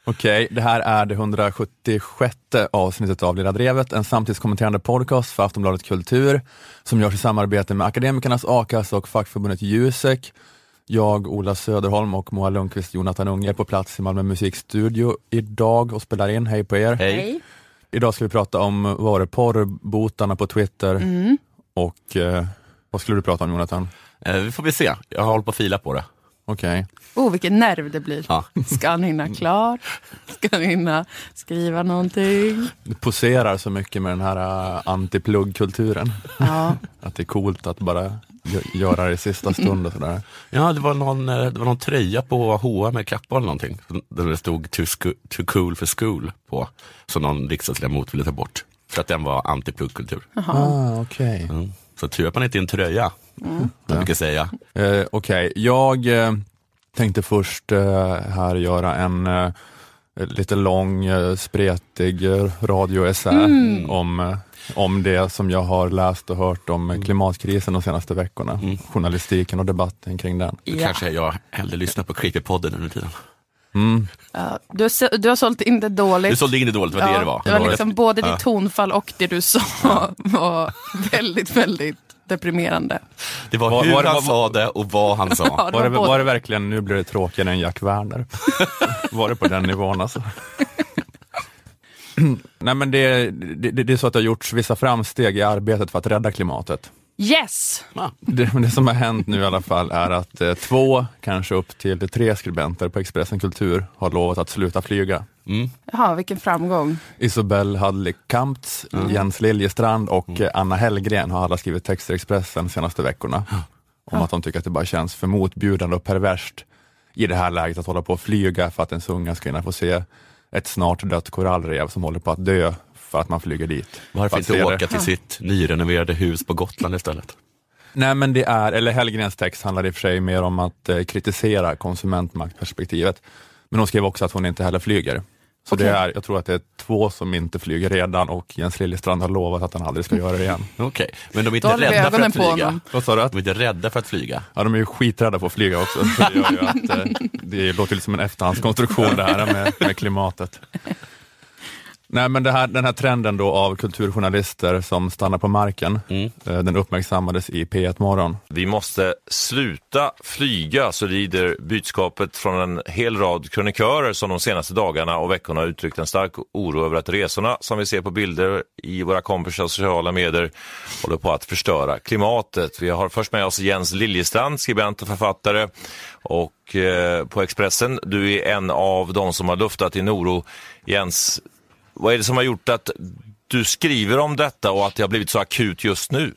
Okej, det här är det 176 avsnittet av Lilla Drevet, en samtidskommenterande podcast för Aftonbladet Kultur som görs i samarbete med Akademikernas A-kassa och fackförbundet Jusek. Jag, Ola Söderholm och Moa Lundqvist, Jonathan Unge är på plats i Malmö musikstudio idag och spelar in. Hej på er. Hej. Idag ska vi prata om porrbotarna på Twitter och vad skulle du prata om, Jonathan? Vi får se, jag har hållit på att fila på det. Okej. Vilken nerv det blir. Ja. Ska han hinna klar? Ska han hinna skriva någonting? Du poserar så mycket med den här anti-pluggkulturen. Ja. Att det är coolt att bara göra det i sista stund och sådär. Ja, det var någon tröja på H&M med kappa eller någonting. Där det stod too cool for school på. Som någon riksdagsledamot ville ta bort. För att den var anti-pluggkultur. Okej. Så tur att man inte är en tröja. Jag brukar säga. Okej, jag tänkte först här göra en lite lång, spretig radioessä om det som jag har läst och hört om klimatkrisen de senaste veckorna. Journalistiken och debatten kring den. Då kanske jag hellre lyssnar på Creepy-podden under tiden. Ja, du har sålt in det dåligt. Du sålde in det dåligt, vad det var. Det var liksom både ditt tonfall och det du sa var väldigt, väldigt deprimerande. Det var hur han sa det och vad han sa. Ja, var det verkligen, nu blir det tråkigare än Jack Werner? Var det på den nivån alltså? Nej, men det är så att det har gjorts vissa framsteg i arbetet för att rädda klimatet. Yes! Det som har hänt nu i alla fall är att 2, kanske upp till 3 skribenter på Expressen Kultur har lovat att sluta flyga. Jaha, vilken framgång. Isabelle Hadley-Kamptz, Jens Liljestrand och Anna Hellgren har alla skrivit texter i Expressen de senaste veckorna om att de tycker att det bara känns för motbjudande och perverst i det här läget att hålla på att flyga för att ens unga ska kunna få se ett snart dött korallrev som håller på att dö för att man flyger dit. Varför inte åka till sitt nyrenoverade hus på Gotland istället? Nej, men Hellgrens text handlar i och för sig mer om att kritisera konsumentmaktperspektivet. Men hon skrev också att hon inte heller flyger. Så jag tror att det är 2 som inte flyger redan och Jens Liljestrand har lovat att han aldrig ska göra det igen. Okej, men de är inte rädda för att flyga. Vad sa du? De är inte rädda för att flyga. Ja, de är ju skiträdda på att flyga också. Så det gör ju att det låter lite som en efterhandskonstruktion det här med klimatet. Nej, men den här trenden då av kulturjournalister som stannar på marken, den uppmärksammades i P1 Morgon. Vi måste sluta flyga, så lyder budskapet från en hel rad kronikörer som de senaste dagarna och veckorna uttryckt en stark oro över att resorna som vi ser på bilder i våra kompisar sociala medier håller på att förstöra klimatet. Vi har först med oss Jens Liljestrand, skribent och författare, och på Expressen. Du är en av de som har luftat din oro. Jens, vad är det som har gjort att du skriver om detta och att det har blivit så akut just nu?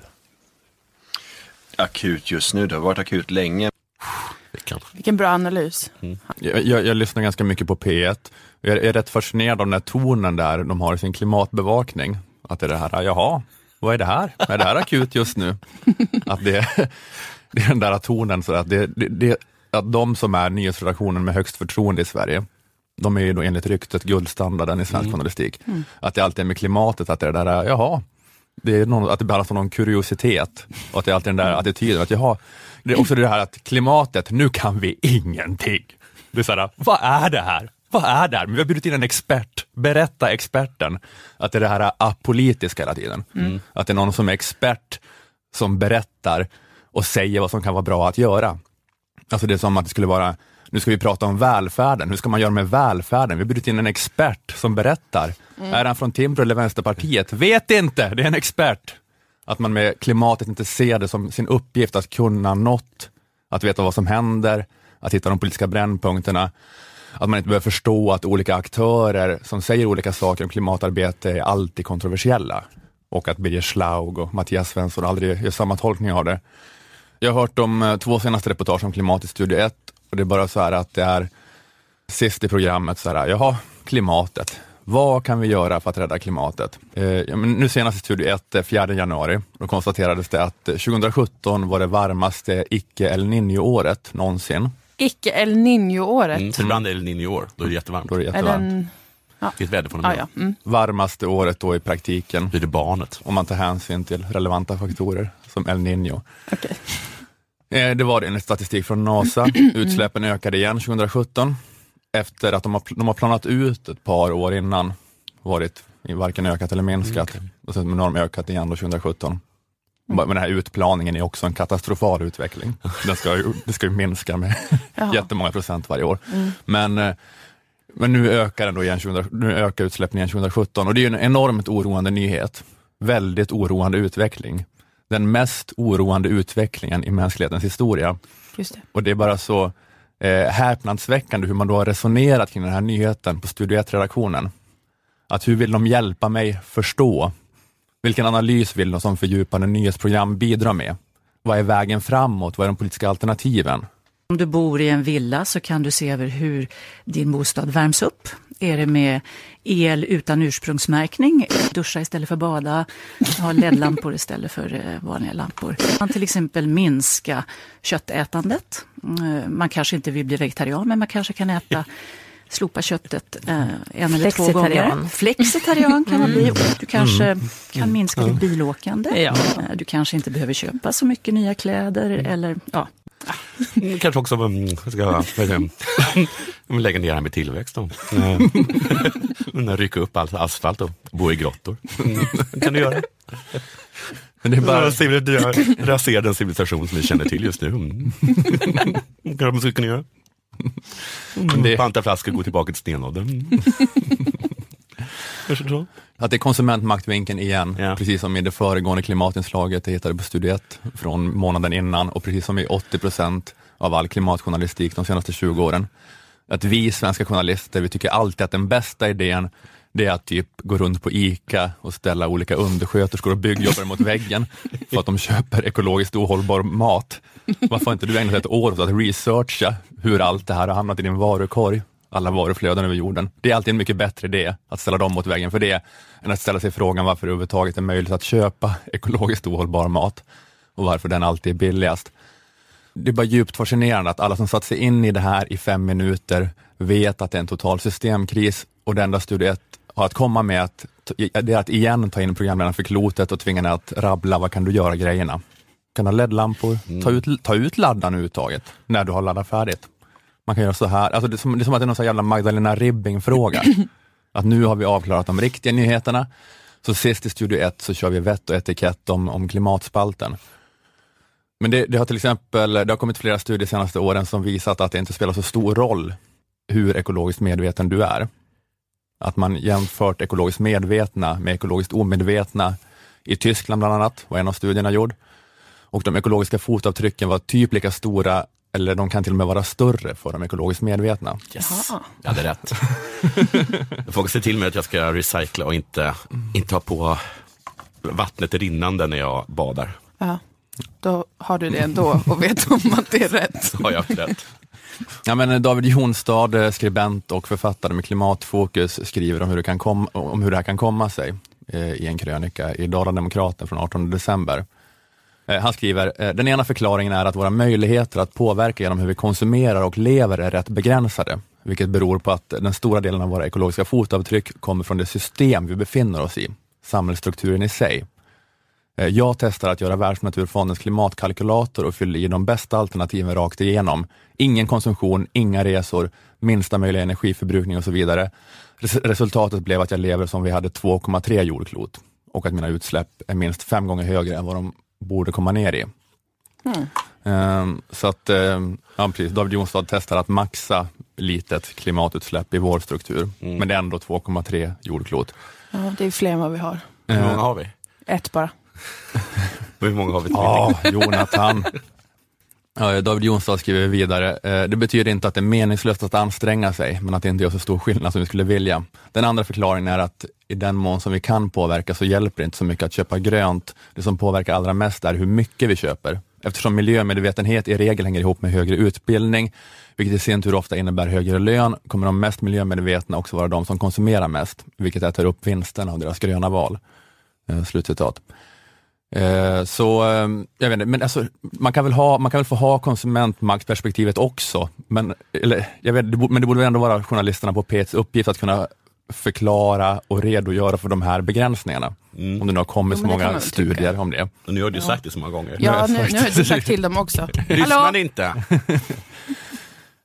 Akut just nu, det har varit akut länge. Vilken bra analys. Jag lyssnar ganska mycket på P1. Jag är rätt fascinerad av den här tonen där de har i sin klimatbevakning. Att det här, jaha, vad är det här? Är det här akut just nu? Att det är den där tonen, så att de som är nyhetsredaktionen med högst förtroende i Sverige, de är ju då enligt ryktet guldstandarden i svensk journalistik. Att det alltid är med klimatet, att det där, jaha, det är att det behandlas som någon kuriositet. Och att det är alltid den där attityden, att jaha, det är också det här att klimatet, nu kan vi ingenting. Det är så här, vad är det här? Vad är det här? Men vi har bjudit in en expert. Berätta experten. Att det är det här apolitiska hela tiden. Att det är någon som är expert som berättar och säger vad som kan vara bra att göra. Alltså det är som att det skulle vara, nu ska vi prata om välfärden. Hur ska man göra med välfärden? Vi har bjudit in en expert som berättar. Är han från Timbro eller Vänsterpartiet? Vet inte, det är en expert. Att man med klimatet inte ser det som sin uppgift att kunna något. Att veta vad som händer. Att hitta de politiska brännpunkterna. Att man inte behöver förstå att olika aktörer som säger olika saker om klimatarbete är alltid kontroversiella. Och att Birger Schlaug och Mattias Svensson aldrig gör samma tolkning av det. Jag har hört de 2 senaste reportagen om klimat i Studio 1. Och det är bara så här att det är sist i programmet så här, jaha, klimatet. Vad kan vi göra för att rädda klimatet? Men nu senast i Studio 1, 4 januari, då konstaterades det att 2017 var det varmaste icke-El Niño-året någonsin. Icke-El Niño-året? Så ibland är El Niño-år, då är det jättevarmt. Då är det jättevarmt. Det är ett väderfenomen. Varmaste året då i praktiken. Blir det barnet. Om man tar hänsyn till relevanta faktorer som El Niño. Okej. Det var det enligt statistik från NASA. Utsläppen ökade igen 2017. efter att de har planat ut ett par år innan, varit varken ökat eller minskat. Och sen har de ökat igen då 2017. Men den här utplaningen är också en katastrofal utveckling. Det ska ju minska med jättemånga procent varje år. Men nu ökar den då igen, nu ökar utsläppen igen 2017. Och det är ju en enormt oroande nyhet. Väldigt oroande utveckling. Den mest oroande utvecklingen i mänsklighetens historia. Just det. Och det är bara så häpnadsväckande hur man då har resonerat kring den här nyheten på Studio 1-redaktionen. Att hur vill de hjälpa mig förstå? Vilken analys vill de som fördjupande nyhetsprogram bidra med? Vad är vägen framåt? Vad är de politiska alternativen? Om du bor i en villa så kan du se över hur din bostad värms upp. Är det med el utan ursprungsmärkning? Duscha istället för bada? Ha LED-lampor istället för vanliga lampor? Man till exempel minska köttätandet. Man kanske inte vill bli vegetarian, men man kanske kan slopa köttet en eller 2 gånger. Flexitarian kan man bli. Du kanske kan minska ditt bilåkande. Ja. Du kanske inte behöver köpa så mycket nya kläder. Eller, Kanske också lägga ner här med tillväxt då. Rycka upp all asfalt och bo i grottor. Kan du göra? Men det är bara rasera den civilisation som vi känner till just nu. Kan man kunna göra? Panta flaskor, gå tillbaka till stenåldern. Att det är konsumentmaktvinkeln igen, precis som i det föregående klimatinslaget jag hittade på Studio 1 från månaden innan, och precis som i 80% av all klimatjournalistik de senaste 20 åren. Att vi svenska journalister, vi tycker alltid att den bästa idén, det är att typ gå runt på ICA och ställa olika undersköterskor och byggjobbare mot väggen för att de köper ekologiskt ohållbar mat. Varför har inte du ägnat ett år åt att researcha hur allt det här har hamnat i din varukorg? Alla varuflöden över jorden. Det är alltid en mycket bättre idé att ställa dem mot väggen för det än att ställa sig frågan varför det överhuvudtaget är möjligt att köpa ekologiskt ohållbar mat och varför den alltid är billigast. Det är bara djupt fascinerande att alla som satt sig in i det här i 5 minuter vet att det är en total systemkris, och det enda Studio 1 har att komma med det är att igen ta in programledaren för klotet och tvinga henne att rabbla vad kan du göra grejerna. Kan ha LED-lampor, ta ut laddan uttaget när du har laddat färdigt. Man kan göra så här, alltså det är som att det är någon sån jävla Magdalena Ribbing-fråga. Att nu har vi avklarat de riktiga nyheterna, så sist i Studio 1 så kör vi vett och etikett om klimatspalten. Men det har till exempel, det har kommit flera studier de senaste åren som visat att det inte spelar så stor roll hur ekologiskt medveten du är. Att man jämfört ekologiskt medvetna med ekologiskt omedvetna i Tyskland bland annat, var en av studierna gjord. Och de ekologiska fotavtrycken var typ lika stora, eller de kan till och med vara större för de ekologiskt medvetna. Yes, jag hade rätt. Jag får se till med att jag ska recycla och inte ha på vattnet rinnande när jag badar. Ja, då har du det ändå och vet om att det är rätt. Så har jag rätt. Ja, men David Jonstad, skribent och författare med klimatfokus, skriver om hur det här kan komma sig i en krönika i Dala-Demokraten från 18 december. Han skriver, den ena förklaringen är att våra möjligheter att påverka genom hur vi konsumerar och lever är rätt begränsade, vilket beror på att den stora delen av våra ekologiska fotavtryck kommer från det system vi befinner oss i, samhällsstrukturen i sig. Jag testar att göra Världsnaturfondens klimatkalkylator och fyller i de bästa alternativen rakt igenom. Ingen konsumtion, inga resor, minsta möjliga energiförbrukning och så vidare. Resultatet blev att jag lever som vi hade 2,3 jordklot och att mina utsläpp är minst 5 gånger högre än vad de borde komma ner i. Så att precis, David Jonstad testar att maxa litet klimatutsläpp i vår struktur. Men det är ändå 2,3 jordklot. Ja, det är fler än vad vi har. Hur många har vi? 1 bara. Hur många har vi? Jonathan. David Jonstad skriver vidare, det betyder inte att det är meningslöst att anstränga sig, men att det inte gör så stor skillnad som vi skulle vilja. Den andra förklaringen är att i den mån som vi kan påverka så hjälper det inte så mycket att köpa grönt. Det som påverkar allra mest är hur mycket vi köper. Eftersom miljömedvetenhet i regel hänger ihop med högre utbildning, vilket i sin tur ofta innebär högre lön, kommer de mest miljömedvetna också vara de som konsumerar mest, vilket äter upp vinsten av deras gröna val. Slutcitat. Jag vet inte, men alltså, man kan väl få ha konsumentmaktperspektivet också, men det borde väl ändå vara journalisterna på P1s uppgift att kunna förklara och redogöra för de här begränsningarna. Om det nu har kommit så många studier om det. Och nu har du sagt det så många gånger. Ja, nu har jag sagt till dem också. Lyssnar ni inte?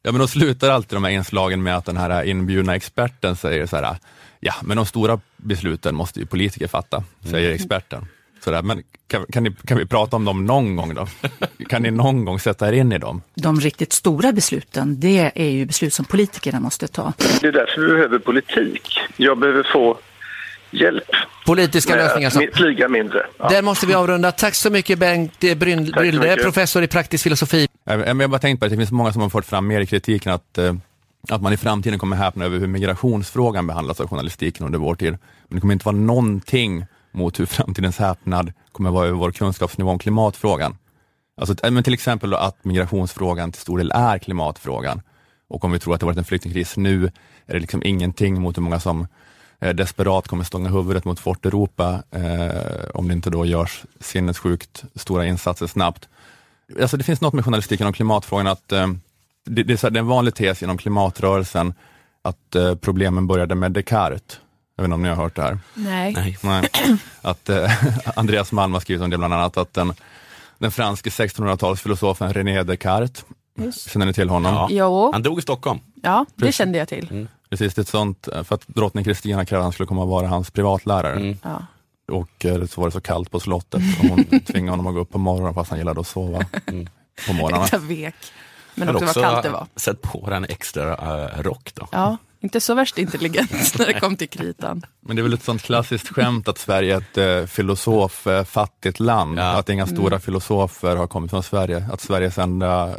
Ja, men då slutar alltid de här inslagen med att den här inbjudna experten säger så här, ja, men de stora besluten måste ju politiker fatta, säger experten. Så där, men kan vi prata om dem någon gång då? Kan ni någon gång sätta er in i dem? De riktigt stora besluten, det är ju beslut som politikerna måste ta. Det är därför vi behöver politik. Jag behöver få hjälp. Politiska lösningar som flyga mindre. Ja. Där måste vi avrunda. Tack så mycket Bengt Brylde, professor i praktisk filosofi. Jag bara tänkt på att det finns många som har fått fram mer i kritiken att man i framtiden kommer häpna över hur migrationsfrågan behandlas av journalistiken under vår tid. Men det kommer inte vara någonting mot hur framtidens häpnad kommer vara över vår kunskapsnivå om klimatfrågan. Alltså, men till exempel då att migrationsfrågan till stor del är klimatfrågan. Och om vi tror att det varit en flyktingkris nu är det liksom ingenting mot hur många som desperat kommer stånga huvudet mot Fort Europa om det inte då görs sinnessjukt stora insatser snabbt. Alltså det finns något med journalistiken om klimatfrågan att det är en vanlig tes inom klimatrörelsen att problemen började med Descartes. Jag vet inte om ni har hört det här. Nej. Att Andreas Malm har skrivit om det bland annat, att den franske 1600-talsfilosofen René Descartes, känner ni till honom? Ja. Jo. Han dog i Stockholm. Ja, det kände jag till. Precis, det är ett sånt, för att drottning Kristina krävde att han skulle komma och vara hans privatlärare. Ja. Och så var det så kallt på slottet och hon tvingade honom att gå upp på morgonen fast han gillade att sova på morgonen. Jag vek. Men Han också också vad kallt det var. Sett på en extra rock då. Ja, inte så värst intelligent när det kom till kritan. Men det är väl ett sånt klassiskt skämt att Sverige är ett filosoffattigt land. Ja. Att inga stora filosofer har kommit från Sverige. Att Sveriges enda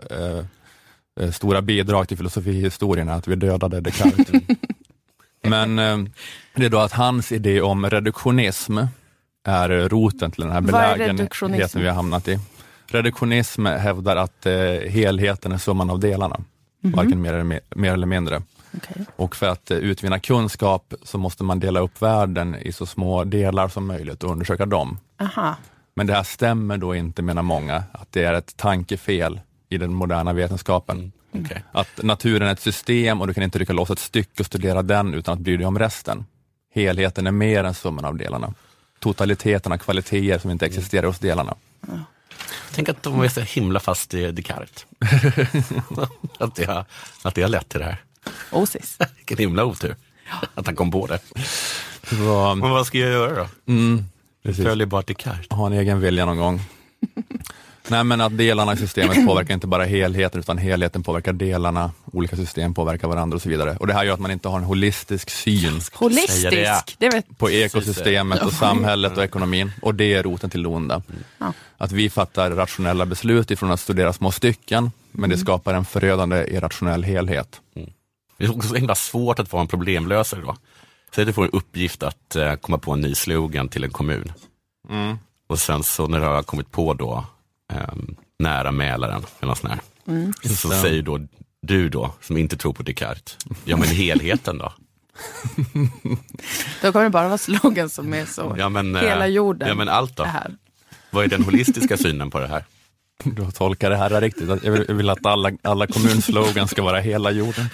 stora bidrag till filosofihistorien är att vi dödade Descartes. Men det är då att hans idé om reduktionism är roten till den här belägenheten vi har hamnat i. Reduktionism hävdar att helheten är summan av delarna. Varken mer eller mindre. Okay. Och för att utvinna kunskap så måste man dela upp världen i så små delar som möjligt och undersöka dem. Aha. Men det här stämmer då inte, menar många, att det är ett tankefel i den moderna vetenskapen. Okay. Att naturen är ett system och du kan inte rycka loss ett stycke och studera den utan att bry dig om resten. Helheten är mer än summan av delarna. Totaliteten har kvaliteter som inte existerar hos delarna. Tänk att de är så himla fast i Descartes. att det har lett till det här. Osis. Vilken himla otur att han kom på det. Men vad ska jag göra då? Följer bara Descartes. Ha en egen vilja någon gång. Nej, men att delarna i systemet påverkar inte bara helheten utan helheten påverkar delarna, olika system påverkar varandra och så vidare. Och det här gör att man inte har en holistisk syn Det vet. På ekosystemet och samhället och ekonomin. Och det är roten till det onda. Att vi fattar rationella beslut ifrån att studera små stycken, men det skapar en förödande irrationell helhet. Det är också så himla svårt att vara en problemlösare då. Säg att du får en uppgift att komma på en ny slogan till en kommun. Och sen så när du har kommit på då nära Mälaren eller något sånt här. Så säger då du då, som inte tror på Descartes, ja men helheten då? Då kommer det bara vara slogan som är så. Hela jorden. Ja men allt då? Här. Vad är den holistiska synen på det här? Du tolkar det här riktigt. Jag vill att alla kommunslogan ska vara hela jorden.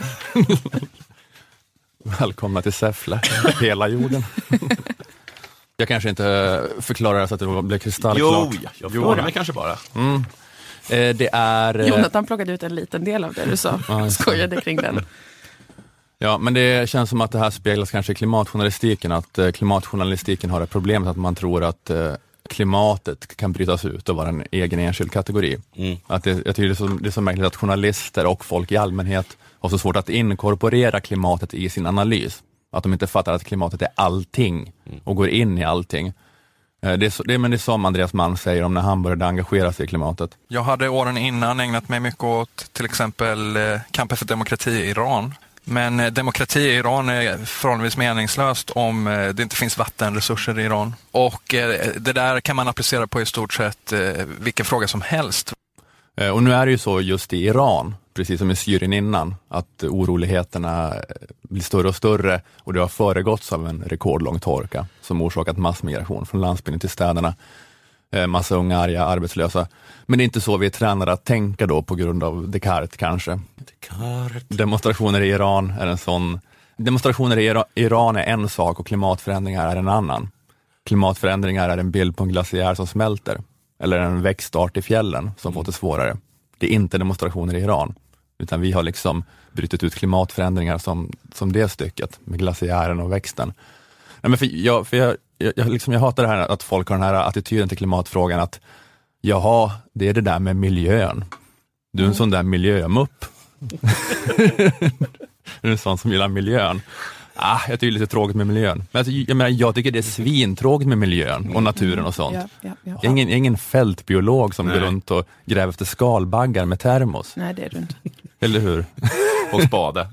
Välkomna till Säffle, hela jorden. Jag kanske inte förklarar det så att det blir kristallklart. Jag frågar mig kanske bara. Det är... Jonathan plockade ut en liten del av det du sa. Skojade kring den. Ja, men det känns som att det här speglas kanske i klimatjournalistiken. Att klimatjournalistiken har ett problem att man tror att klimatet kan brytas ut och vara en egen enskild kategori. Att jag tycker det är så märkligt att journalister och folk i allmänhet har så svårt att inkorporera klimatet i sin analys. Att de inte fattar att klimatet är allting och går in i allting. Det är som Andreas Malm säger om när han började engagera sig i klimatet. Jag hade åren innan ägnat mig mycket åt till exempel kampen för demokrati i Iran. Men demokrati i Iran är förhållandevis meningslöst om det inte finns vattenresurser i Iran. Och det där kan man applicera på i stort sett vilken fråga som helst. Och nu är det ju så just i Iran, precis som i Syrien innan, att oroligheterna blir större och större och det har föregåtts av en rekordlång torka som orsakat massmigration från landsbygden till städerna. Massa unga, arga, arbetslösa. Men det är inte så vi är tränade att tänka då på grund av Descartes kanske. Demonstrationer i Iran är en sån. Demonstrationer i Iran är en sak och klimatförändringar är en annan. Klimatförändringar är en bild på en glaciär som smälter. Eller en växtart i fjällen som fått det svårare. Det är inte demonstrationer i Iran. utan vi har liksom brutit ut klimatförändringar som det stycket med glaciären och växten. Nej, men jag hatar det här att folk har den här attityden till klimatfrågan att jaha, det är det där med miljön. Du är en sån där miljömupp. Du är en sån som gillar miljön. Jag tycker det är lite tråkigt med miljön. Men jag tycker det är svintråkigt med miljön och naturen och sånt. Ja. Jag är ingen fältbiolog som går runt och gräver efter skalbaggar med termos. Nej, det är du inte. Eller hur? Och spade.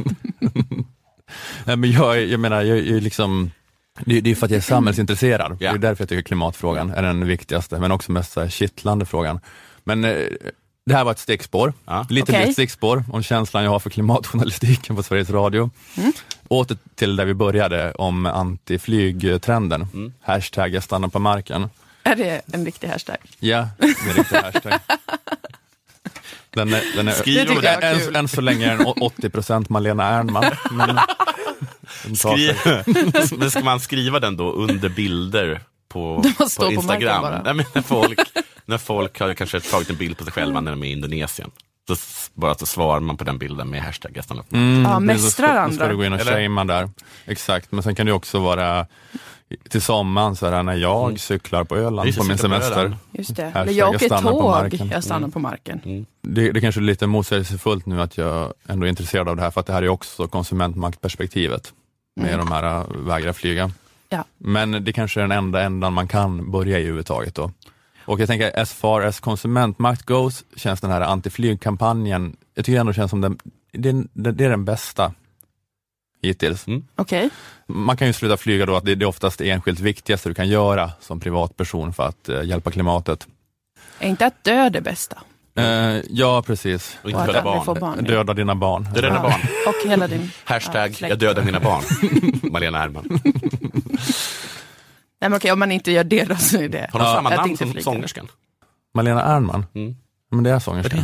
Nej, men jag är liksom... Det är för att jag är samhällsintresserad. Ja. Det är därför jag tycker klimatfrågan är den viktigaste, men också mest kittlande frågan. Men det här var ett stickspår. Ja. Lite stickspår om känslan jag har för klimatjournalistiken på Sveriges Radio. Åter till där vi började om antiflygtrenden. Hashtag jag stannar på marken. Är det en riktig hashtag? Ja, det är en riktig hashtag. Den är än så länge är den 80% Malena Ernman. Men ska man skriva den då under bilder på Instagram? På Nej, men när folk har kanske tagit en bild på sig själva när de är i Indonesien. Så svarar man på den bilden med hashtag gästerna. Mästrar andra. Då ska du gå in och shamea där. Exakt, men sen kan det också vara till sommaren så här när jag cyklar på Öland på min semester. Just det. Eller jag åker tåg, jag stannar på marken. Det kanske är lite motsägelsefullt nu att jag ändå är intresserad av det här, för att det här är också konsumentmaktperspektivet med de här vägra flyga. Ja. Men det kanske är den enda ändan man kan börja i överhuvudtaget då. Och jag tänker, as far as konsumentmakt goes, känns den här antiflygkampanjen, jag tycker ändå känns som det är den bästa hittills. Okej. Man kan ju sluta flyga då, att det är oftast det enskilt viktigaste du kan göra som privatperson för att hjälpa klimatet. Är inte att dö det bästa? Ja, precis. Och inte döda barn. Döda dina barn. Döda barn. Och hela din hashtag jag dödar mina barn. Malena Ernman. Nej, men okej, om man inte gör det då så är det. Har de samma namn inte som sångerskan? Malena Ernman? Men det är sångerskan.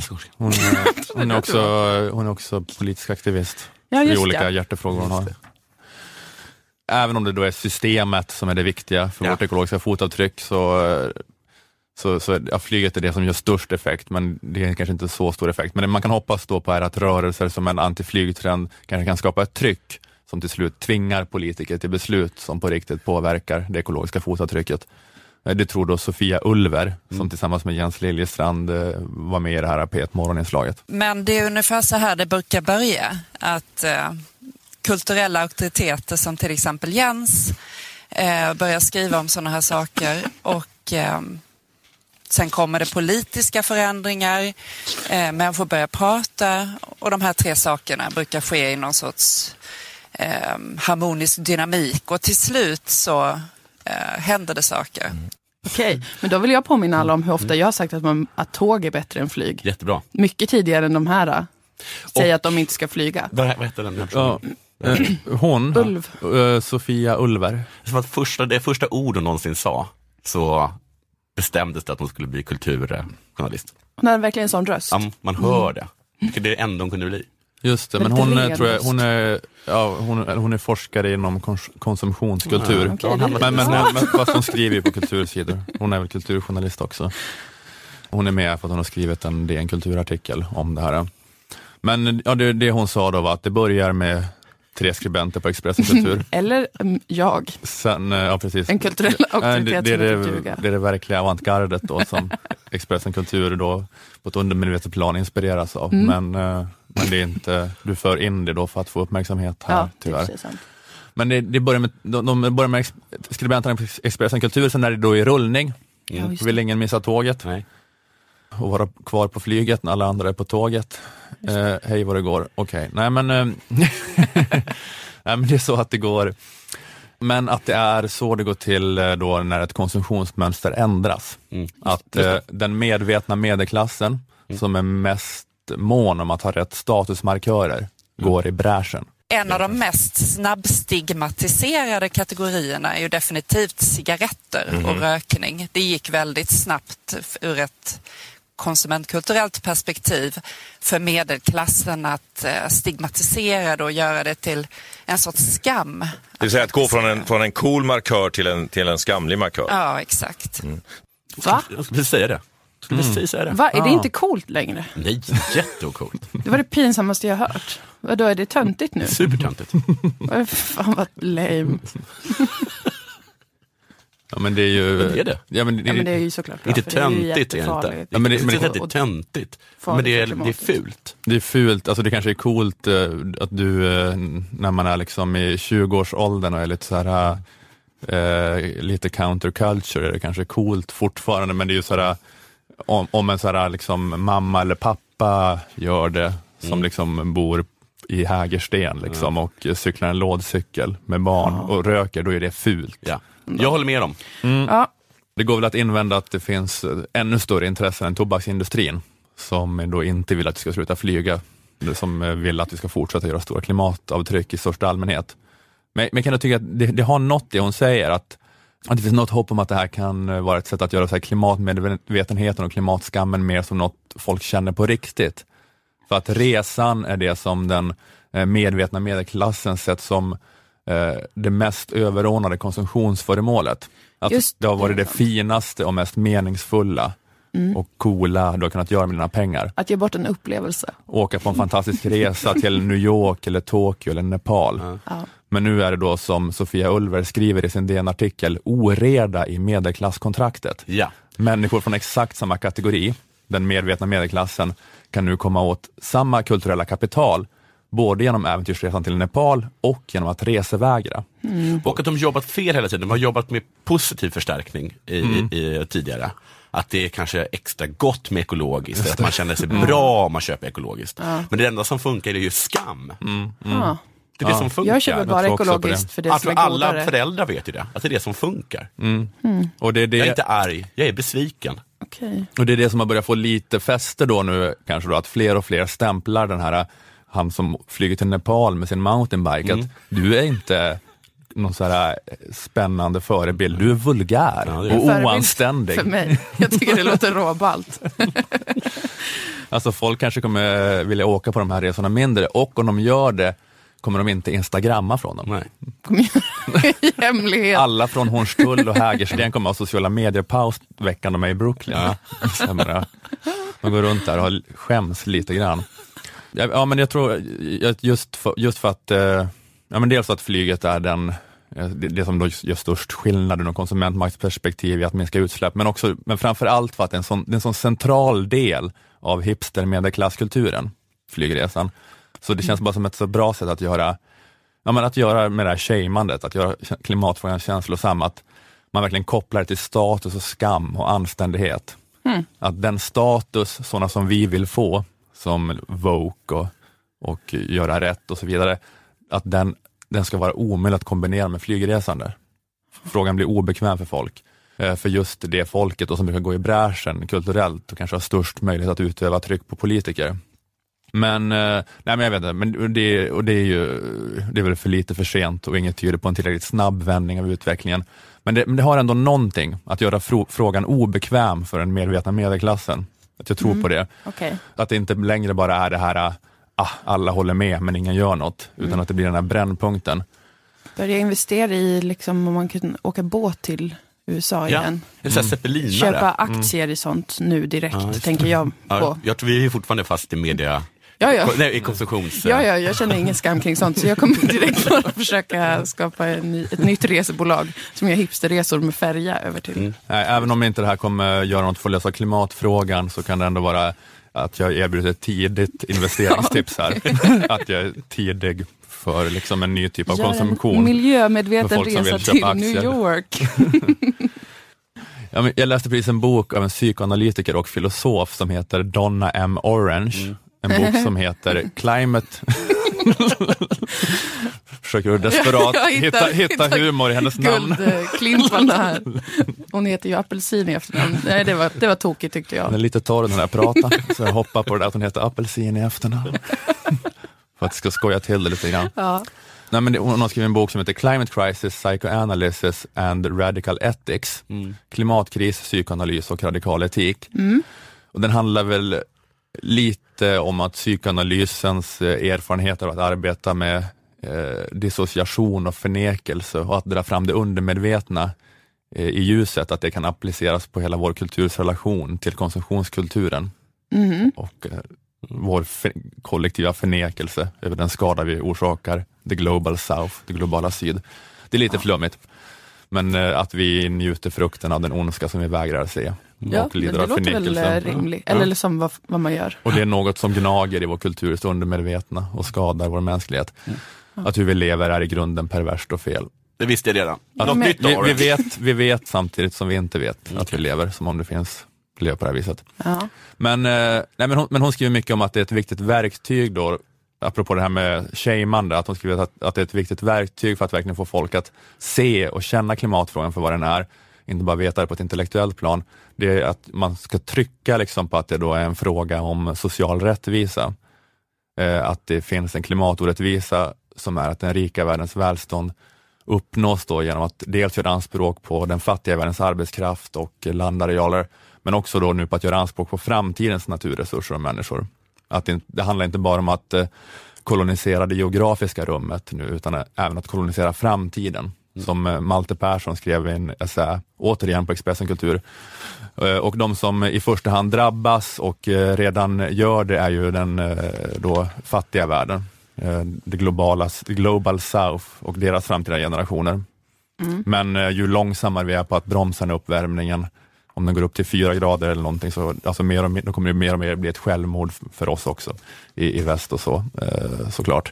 Hon är också politisk aktivist. I olika hjärtefrågor hon har. Även om det då är systemet som är det viktiga för vårt ekologiska fotavtryck, så flyget är det som gör störst effekt, men det är kanske inte så stor effekt. Men det man kan hoppas då på är att rörelser som en antiflygtrend kanske kan skapa ett tryck som till slut tvingar politiker till beslut som på riktigt påverkar det ekologiska fotavtrycket. Det tror då Sofia Ulver som tillsammans med Jens Liljestrand var med i det här P1 morgoninslaget. Men det är ungefär så här det brukar börja, att kulturella auktoriteter som till exempel Jens börjar skriva om sådana här saker, och sen kommer det politiska förändringar, människor börjar prata, och de här tre sakerna brukar ske i någon sorts harmonisk dynamik, och till slut så händer det saker. Okej, men då vill jag påminna alla om hur ofta jag har sagt att tåg är bättre än flyg. Jättebra. Mycket tidigare än de här säger att de inte ska flyga. Vad heter den? Hon, Sofia Ulver. Som att det första ord hon någonsin sa, så bestämdes det att hon skulle bli kulturjournalist. Hon hade verkligen en sån röst. Man hör det. Det är det enda hon kunde bli. Just det, men hon är forskare inom konsumtionskultur. Men fast hon skriver ju på kultursidor. Hon är väl kulturjournalist också. Hon är med för att hon har skrivit en kulturartikel om det här. Men det hon sa då var att det börjar med 3 skribenter på Expressen Kultur. Eller jag. Sen, precis. En kulturell auktoritet. Det är det verkliga avantgardet då som Expressen Kultur då på ett undermedvetet plan inspireras av. Men det är inte, du för in det då för att få uppmärksamhet här, tyvärr. Men det börjar med, de börjar med skribenterna på Expressen Kultur, sen är det då i rullning. Vill ingen missa tåget. Nej. Och vara kvar på flyget när alla andra är på tåget. Hej vad det går. Okej. Nej men det är så att det går. Men att det är så det går till då när ett konsumtionsmönster ändras. Att den medvetna medelklassen som är mest mån om att ha rätt statusmarkörer går i bräschen. En av de mest snabbstigmatiserade kategorierna är ju definitivt cigaretter och rökning. Det gick väldigt snabbt ur ett konsumentkulturellt perspektiv för medelklassen att stigmatisera det och göra det till en sorts skam. Det vill säga att gå från en cool markör till en skamlig markör. Ja, exakt. Va? Jag skulle säga det. Skulle precis säga det. Va? Är det inte coolt längre? Nej, jättecoolt. Det var det pinsammaste jag hört. Vadå, är det töntigt nu? Supertöntigt. Fan vad lame. Ja, men det är ju... Det är det. Ja, men det är ju såklart bra. Inte töntigt är det inte. Ja, men det är töntigt. Men det är fult. Det är fult. Alltså det kanske är coolt att du, när man är liksom i 20-årsåldern och är lite så här... lite counterculture är det kanske coolt fortfarande, men det är ju sådär om en sådär liksom mamma eller pappa gör det som liksom bor i Hägersten liksom och cyklar en lådcykel med barn och röker, då är det fult. Ja. Jag håller med om. Ja. Det går väl att invända att det finns ännu större intresse än tobaksindustrin som då inte vill att vi ska sluta flyga, som vill att vi ska fortsätta göra stora klimatavtryck i största allmänhet. Men kan du tycka att det har något det hon säger, att det finns något hopp om att det här kan vara ett sätt att göra så här klimatmedvetenheten och klimatskammen mer som något folk känner på riktigt? För att resan är det som den medvetna medelklassen sett som det mest överordnade konsumtionsföremålet. Att det har varit det finaste och mest meningsfulla och coola du har kunnat göra med dina pengar. Att ge bort en upplevelse. Åka på en fantastisk resa till New York eller Tokyo eller Nepal. Ja. Men nu är det då, som Sofia Ulver skriver i sin DN-artikel, oreda i medelklasskontraktet. Ja. Människor från exakt samma kategori, den medvetna medelklassen, kan nu komma åt samma kulturella kapital, både genom äventyrsresan till Nepal och genom att resevägra. Och att de jobbat fel hela tiden. De har jobbat med positiv förstärkning i tidigare. Att det är kanske extra gott med ekologiskt, att man känner sig bra om man köper ekologiskt. Men det enda som funkar är ju skam. Det är det som funkar. Jag köper bara ekologiskt för det som är godare. Alla föräldrar vet ju det, att det är det som funkar. Och det är det... Jag är inte arg, jag är besviken. Okay. Och det är det som har börjat få lite fäste då nu, kanske då, att fler och fler stämplar den här, han som flyger till Nepal med sin mountainbike, att du är inte någon så här spännande förebild, du är vulgär och oanständig. För mig, jag tycker det låter råballt. Alltså folk kanske kommer vilja åka på de här resorna mindre, och om de gör det kommer de inte instagramma från dem. Nej. I hemlighet. Alla från Hornstull och Hägersten kommer ha sociala medier-paus veckan de är i Brooklyn. De går runt där och skäms lite grann. Ja, men jag tror just för att ja, men dels att flyget är det som då gör störst skillnad ur konsumentmaktsperspektiv i att minska utsläpp, men framför allt för att det är en sån central del av hipster-medelklasskulturen, flygresan. Så det känns bara som ett så bra sätt att göra, att göra med det här shamandet, att göra klimatfrågan känslosam, att man verkligen kopplar det till status och skam och anständighet. Att den status, sådana som vi vill få, som woke och göra rätt och så vidare, att den ska vara omöjlig att kombinera med flygresande. Frågan blir obekväm för folk. För just det folket och som brukar gå i bräschen kulturellt och kanske har störst möjlighet att utöva tryck på politiker. Men jag vet inte, men det är väl för lite för sent och inget tyder på en tillräckligt snabb vändning av utvecklingen. Men det har ändå någonting att göra frågan obekväm för den medvetna medelklassen. Att jag tror på det. Okay. Att det inte längre bara är det här alla håller med men ingen gör något, utan att det blir den här brännpunkten. Börja investera i liksom, om man kan åka båt till USA igen. Köpa aktier i sånt nu direkt, tänker jag på. Jag tror vi är fortfarande fast i media. I konsumtions... Jag känner ingen skam kring sånt, så jag kommer direkt bara försöka skapa ett nytt resebolag som gör hipsterresor med färja över till. Även om inte det här kommer göra något för att lösa klimatfrågan, så kan det ändå vara att jag erbjuder ett tidigt investeringstips här. Att jag är tidig för liksom en ny typ av konsumtion. Miljömedveten resa till New York. Jag läste precis en bok av en psykoanalytiker och filosof som heter Donna M. Orange. En bok som heter Climate... Försöker desperat hitta humor i hennes namn. Guldklimparna här. Hon heter ju Apelsin i efternamn. Nej, det var tokigt tyckte jag. Den är lite torr när jag pratar, så jag hoppar på det där att hon heter Apelsin i efternamn. För att jag ska skoja till det lite grann. Ja. Nej, men hon har skrivit en bok som heter Climate Crisis, Psychoanalysis and Radical Ethics. Klimatkris, psykoanalys och radikal etik. Och den handlar väl lite om att psykoanalysens erfarenhet av att arbeta med dissociation och förnekelse och att dra fram det undermedvetna i ljuset, att det kan appliceras på hela vår kulturs relation till konsumtionskulturen och vår kollektiva förnekelse över den skada vi orsakar, the global south, det globala syd. Det är lite flummigt, men att vi njuter frukten av den ondska som vi vägrar se. Ja, och lider det av låter väl rimligt, eller liksom vad man gör. Och det är något som gnager i vår kulturs undermedvetna och skadar vår mänsklighet. Att hur vi lever är i grunden perverst och fel. Det visste jag redan. Vi vet samtidigt som vi inte vet att vi lever, som om det finns lever på det här viset. Ja. Men hon skriver mycket om att det är ett viktigt verktyg då, apropå det här med shameande, att hon skriver att det är ett viktigt verktyg för att verkligen få folk att se och känna klimatfrågan för vad den är, inte bara veta det på ett intellektuellt plan. Det är att man ska trycka liksom på att det då är en fråga om social rättvisa. Att det finns en klimatorättvisa som är att den rika världens välstånd uppnås då genom att dels göra anspråk på den fattiga världens arbetskraft och landarealer, men också då nu på att göra anspråk på framtidens naturresurser och människor. Att det handlar inte bara om att kolonisera det geografiska rummet nu, utan även att kolonisera framtiden. Som Malte Persson skrev i en essä, återigen på Expressen Kultur. Och de som i första hand drabbas och redan gör det är ju den då fattiga världen. Det global south och deras framtida generationer. Men ju långsammare vi är på att bromsa den uppvärmningen, om den går upp till 4 grader eller någonting, så alltså då kommer det mer och mer bli ett självmord för oss också i väst och så, såklart.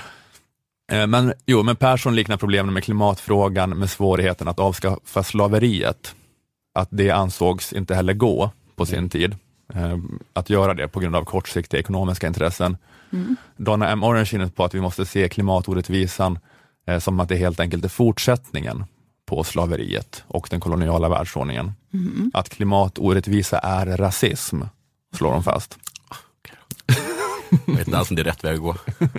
Men Persson liknar problemen med klimatfrågan med svårigheten att avskaffa slaveriet. Att det ansågs inte heller gå på sin tid. Att göra det på grund av kortsiktiga ekonomiska intressen. Donna M. Orange är inne på att vi måste se klimatorättvisan som att det helt enkelt är fortsättningen på slaveriet och den koloniala världsordningen. Att klimatorättvisa är rasism, slår de fast. Jag vet inte alls om det är rätt väg att gå.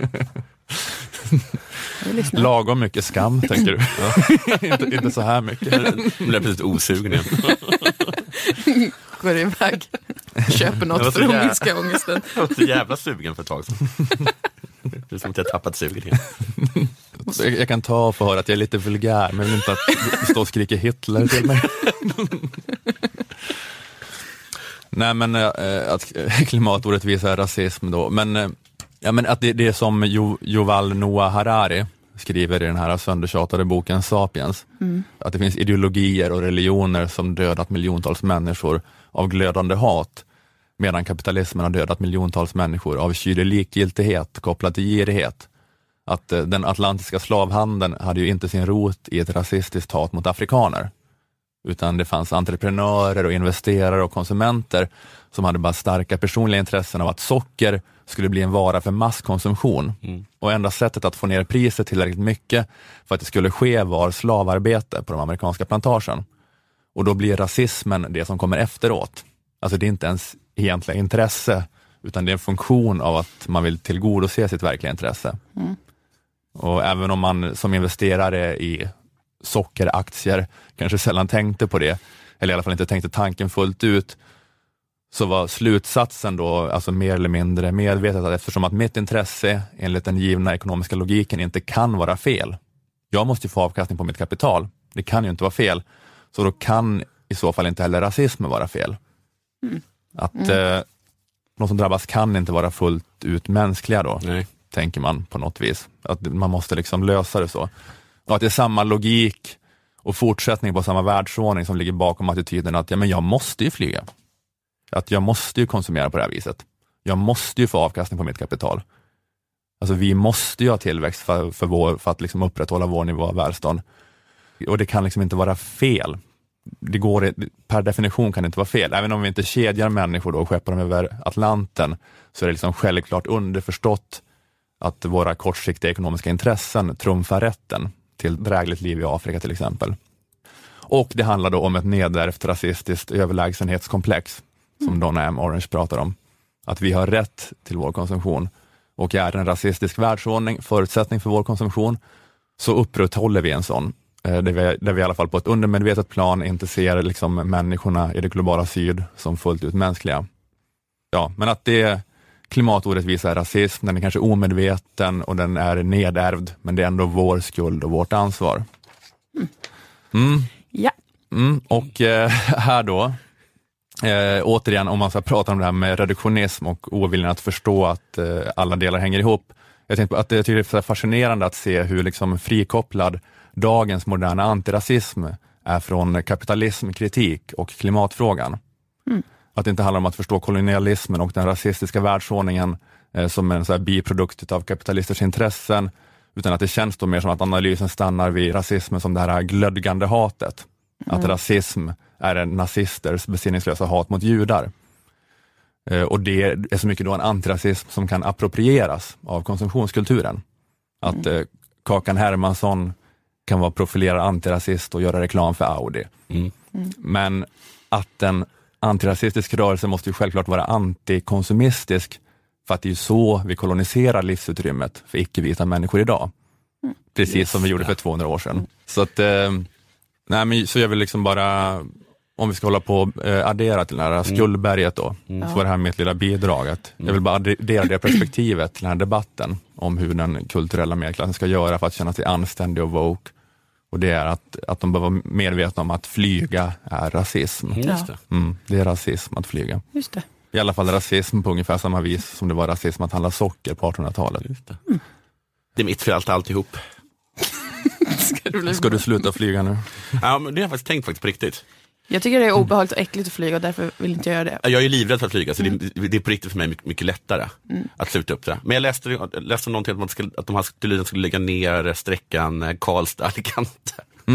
Lagom mycket skam, tänker du? inte så här mycket. Jag blir plötsligt osugen igen. Går iväg. Köper något för att minska ångesten. Jag var så jävla sugen för ett tag sedan. Det är som att jag tappat sugen igen. Jag kan ta och få höra att jag är lite vulgär, men jag vill inte att du står och skriker Hitler till mig. Nej, men att klimatorättvisa är rasism då. Men att det är som Yuval Noah Harari skriver i den här söndertjatade boken Sapiens. Att det finns ideologier och religioner som dödat miljontals människor av glödande hat, medan kapitalismen har dödat miljontals människor av kylig likgiltighet kopplad till girighet. Att den atlantiska slavhandeln hade ju inte sin rot i ett rasistiskt hat mot afrikaner, utan det fanns entreprenörer och investerare och konsumenter som hade bara starka personliga intressen av att socker skulle bli en vara för masskonsumtion. Och enda sättet att få ner priset tillräckligt mycket för att det skulle ske var slavarbete på de amerikanska plantagen. Och då blir rasismen det som kommer efteråt. Alltså det är inte ens egentliga intresse, utan det är en funktion av att man vill tillgodose sitt verkliga intresse. Och även om man som investerare i sockeraktier kanske sällan tänkte på det, eller i alla fall inte tänkte tanken fullt ut, så var slutsatsen då alltså mer eller mindre medvetet att eftersom att mitt intresse enligt den givna ekonomiska logiken inte kan vara fel, jag måste ju få avkastning på mitt kapital, det kan ju inte vara fel, så då kan i så fall inte heller rasism vara fel. Att de som drabbas kan inte vara fullt ut mänskliga då. Nej. Tänker man på något vis. Att man måste liksom lösa det så. Och att det är samma logik och fortsättning på samma världsordning som ligger bakom attityden att men jag måste ju flyga. Att jag måste ju konsumera på det här viset. Jag måste ju få avkastning på mitt kapital. Alltså vi måste ju ha tillväxt för att liksom upprätthålla vår nivå av välstånd. Och det kan liksom inte vara fel. Det går, per definition kan det inte vara fel. Även om vi inte kedjar människor då och skeppar dem över Atlanten, så är det liksom självklart underförstått att våra kortsiktiga ekonomiska intressen trumfar rätten till drägligt liv i Afrika till exempel. Och det handlar då om ett nedärvt rasistiskt överlägsenhetskomplex som Donna M. Orange pratar om. Att vi har rätt till vår konsumtion, och är en rasistisk världsordning förutsättning för vår konsumtion, så upprätthåller vi en sån. Där vi i alla fall på ett undermedvetet plan inte ser liksom människorna i det globala syd som fullt ut mänskliga. Ja, men att det klimatorättvisa är rasism, den är kanske omedveten och den är nedärvd, men det är ändå vår skuld och vårt ansvar. Ja. Och här då, återigen om man ska prata om det här med reduktionism och oviljan att förstå att alla delar hänger ihop. Jag tänkte på att det är fascinerande att se hur liksom frikopplad dagens moderna antirasism är från kapitalismkritik och klimatfrågan. Att det inte handlar om att förstå kolonialismen och den rasistiska världsordningen som en så här biprodukt av kapitalisters intressen, utan att det känns då mer som att analysen stannar vid rasismen som det här glödgande hatet. Att rasism är nazisters besinningslösa hat mot judar. Och det är så mycket då en antirasism som kan approprieras av konsumtionskulturen. Att Kakan Hermansson kan vara profilerad antirasist och göra reklam för Audi. Men att en antirasistisk rörelse måste ju självklart vara antikonsumistisk, för att det är ju så vi koloniserar livsutrymmet för icke-vita människor idag. Precis som vi gjorde för 200 år sedan. Så att, så jag vill liksom bara, om vi ska hålla på och addera till det här skuldberget då, så var det här mitt lilla bidraget. Jag vill bara addera det perspektivet till den här debatten om hur den kulturella medelklassen ska göra för att känna sig anständig och woke. Och det är att de behöver vara medvetna om att flyga är rasism. Det är rasism att flyga. Just det. I alla fall rasism på ungefär samma vis som det var rasism att handla socker på 1800-talet. Det är mitt för alltihop. Ska du sluta flyga nu? Ja, men det har jag faktiskt tänkt på riktigt. Jag tycker det är obehagligt och äckligt att flyga och därför vill inte jag göra det. Jag är livrädd för att flyga, så det är på riktigt för mig mycket lättare att sluta upp det. Men jag läste någonting att de skulle lägga ner sträckan Karlstad-Alicante.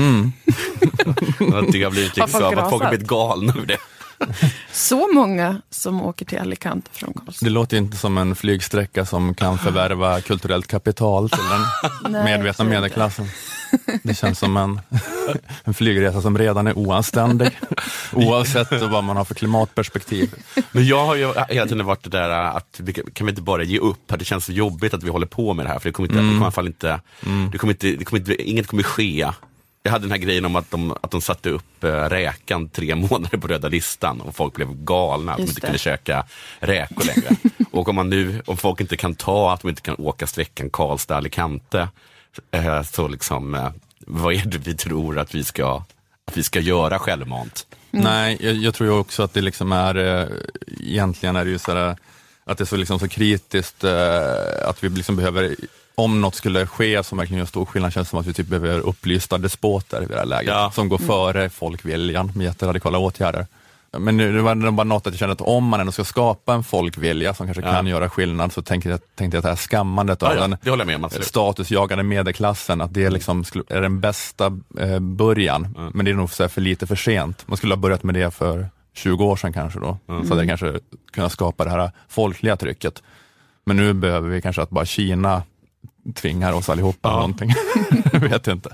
Att det har blivit liksom, att folk har blivit galna över det. Så många som åker till Alicante från Karlstad. Det låter inte som en flygsträcka som kan förvärva kulturellt kapital till den medvetna medelklassen. Det känns som en flygresa som redan är oanständig, oavsett vad man har för klimatperspektiv. Men jag har ju hela tiden varit det där att kan vi inte bara ge upp? Det känns så jobbigt att vi håller på med det här, för det kommer inte, det kommer i alla fall inte, inget kommer ske. Jag hade den här grejen om att de satte upp räkan 3 månader på röda listan och folk blev galna att de inte kunde käka räkor längre. Och om folk inte kan att de inte kan åka sträckan Karlstad-Alicante, så liksom, vad är det vi tror att vi ska göra självmant? Nej, jag tror ju också att det liksom är, egentligen är det ju så här, att det är så, liksom så kritiskt att vi liksom behöver, om något skulle ske som verkligen gör stor skillnad, känns som att vi typ behöver upplysta despoter i det här läget, som går före folkviljan med jätteradikala åtgärder. Men nu var det bara något att jag kände att om man ändå ska skapa en folkvilja som kanske kan göra skillnad, så tänkte jag att det här skammandet av den statusjagande medelklassen, att det liksom är den bästa början. Men det är nog för lite för sent. Man skulle ha börjat med det för 20 år sedan kanske då. Så hade det kanske kunnat skapa det här folkliga trycket. Men nu behöver vi kanske att bara Kina tvingar oss allihopa någonting. Jag vet inte.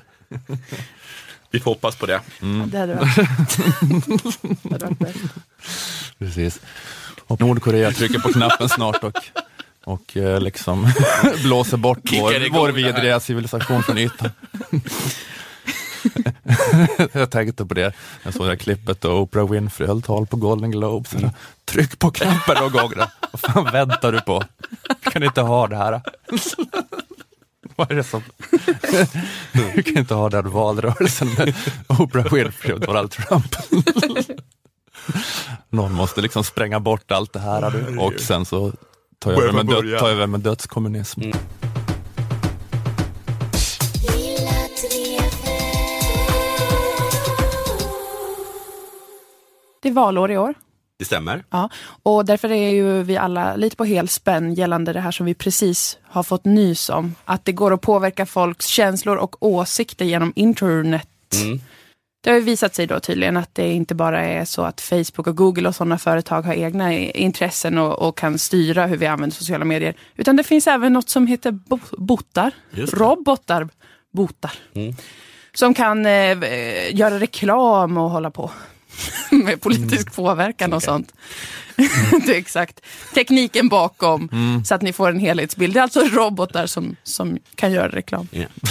Vi får hoppas på det. Det hade varit bäst. Precis. Och Nordkorea trycker på knappen snart och liksom blåser bort vår vidriga civilisation från ytan. Jag tänkte på det. Jag såg det här klippet då Oprah Winfrey höll tal på Golden Globes. Tryck på knappen och gångra. Vad fan väntar du på? Kan inte ha det här? Vad är det som... Du kan inte ha den valrörelsen med Oprah Winfrey och Donald Trump. Någon måste liksom spränga bort allt det här och sen så tar jag över med dödskommunism. Det är valår i år. Det stämmer. Ja, och därför är ju vi alla lite på helspänn gällande det här som vi precis har fått nys om. Att det går att påverka folks känslor och åsikter genom internet. Det har ju visat sig då tydligen att det inte bara är så att Facebook och Google och sådana företag har egna intressen och kan styra hur vi använder sociala medier. Utan det finns även något som heter botar. Som kan göra reklam och hålla på med politisk påverkan och sånt. Det är exakt tekniken bakom, så att ni får en helhetsbild. Det är alltså robotar som kan göra reklam.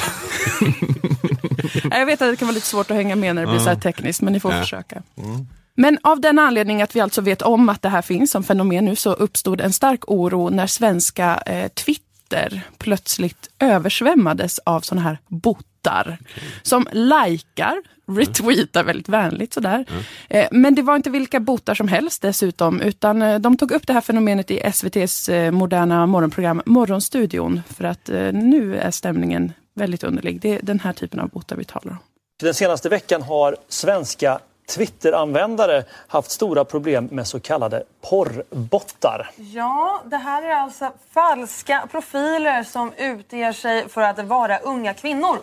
Jag vet att det kan vara lite svårt att hänga med när det blir så här tekniskt, men ni får försöka. Men av den anledningen att vi alltså vet om att det här finns som fenomen nu, så uppstod en stark oro när svenska Twitter plötsligt översvämmades av såna här bottar. bottar som likar, retweetar väldigt vänligt sådär. Men det var inte vilka bottar som helst dessutom, utan de tog upp det här fenomenet i SVT:s moderna morgonprogram Morgonstudion, för att nu är stämningen väldigt underlig. Det är den här typen av bottar vi talar om. Den senaste veckan har svenska Twitter-användare haft stora problem med så kallade porrbottar. Ja, det här är alltså falska profiler som utger sig för att vara unga kvinnor.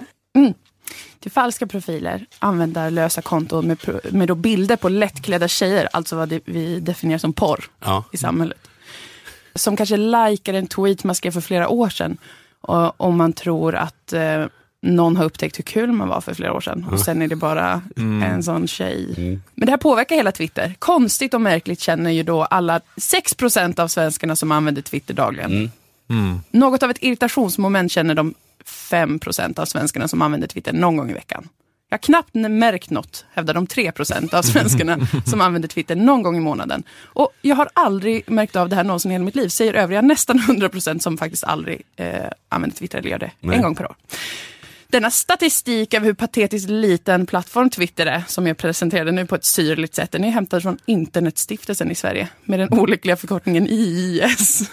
Till falska profiler, användarlösa konton med då bilder på lättklädda tjejer, alltså vad vi definierar som porr i samhället. Som kanske likar en tweet man skrev för flera år sedan, om man tror att någon har upptäckt hur kul man var för flera år sedan. Och sen är det bara en sån tjej. Men det här påverkar hela Twitter. Konstigt och märkligt känner ju då alla 6% av svenskarna som använder Twitter dagligen. Något av ett irritationsmoment känner de 5% av svenskarna som använder Twitter någon gång i veckan. Jag har knappt märkt något, hävdar de 3% av svenskarna som använder Twitter någon gång i månaden. Och jag har aldrig märkt av det här någonsin i hela mitt liv, säger övriga nästan 100% som faktiskt aldrig använder Twitter eller gör det en gång per år. Denna statistik av hur patetiskt liten plattform Twitter är, som jag presenterade nu på ett syrligt sätt, den är hämtad från Internetstiftelsen i Sverige med den olyckliga förkortningen IIS.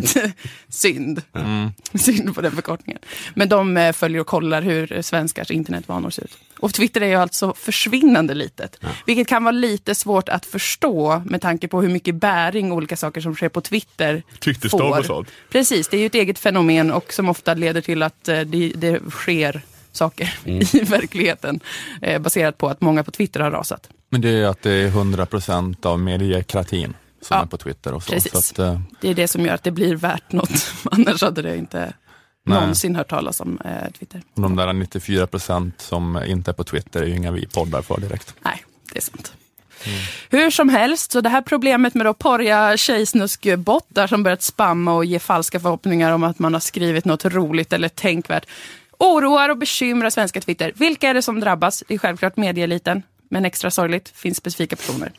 Synd. Synd på den förkortningen. Men de följer och kollar hur svenskars internetvanor ser ut. Och Twitter är ju alltså försvinnande litet. Vilket kan vara lite svåt att förstå med tanke på hur mycket bäring olika saker som sker på Twitter får. Och sånt. Precis, det är ju ett eget fenomen och som ofta leder till att det sker saker i verkligheten baserat på att många på Twitter har rasat. Men det är att det är 100% av mediekratin som är på Twitter och så. Precis. Så att, det är det som gör att det blir värt något. Annars hade det inte någonsin hört talas om Twitter. Och de där 94% som inte är på Twitter är ju inga vi poddar för direkt. Nej, det är sant. Hur som helst, så det här problemet med då porriga tjejsnuskbottar som börjat spamma och ge falska förhoppningar om att man har skrivit något roligt eller tänkvärt oroar och bekymrar svenska Twitter. Vilka är det som drabbas? Det är självklart medieeliten, men extra sorgligt finns specifika personer.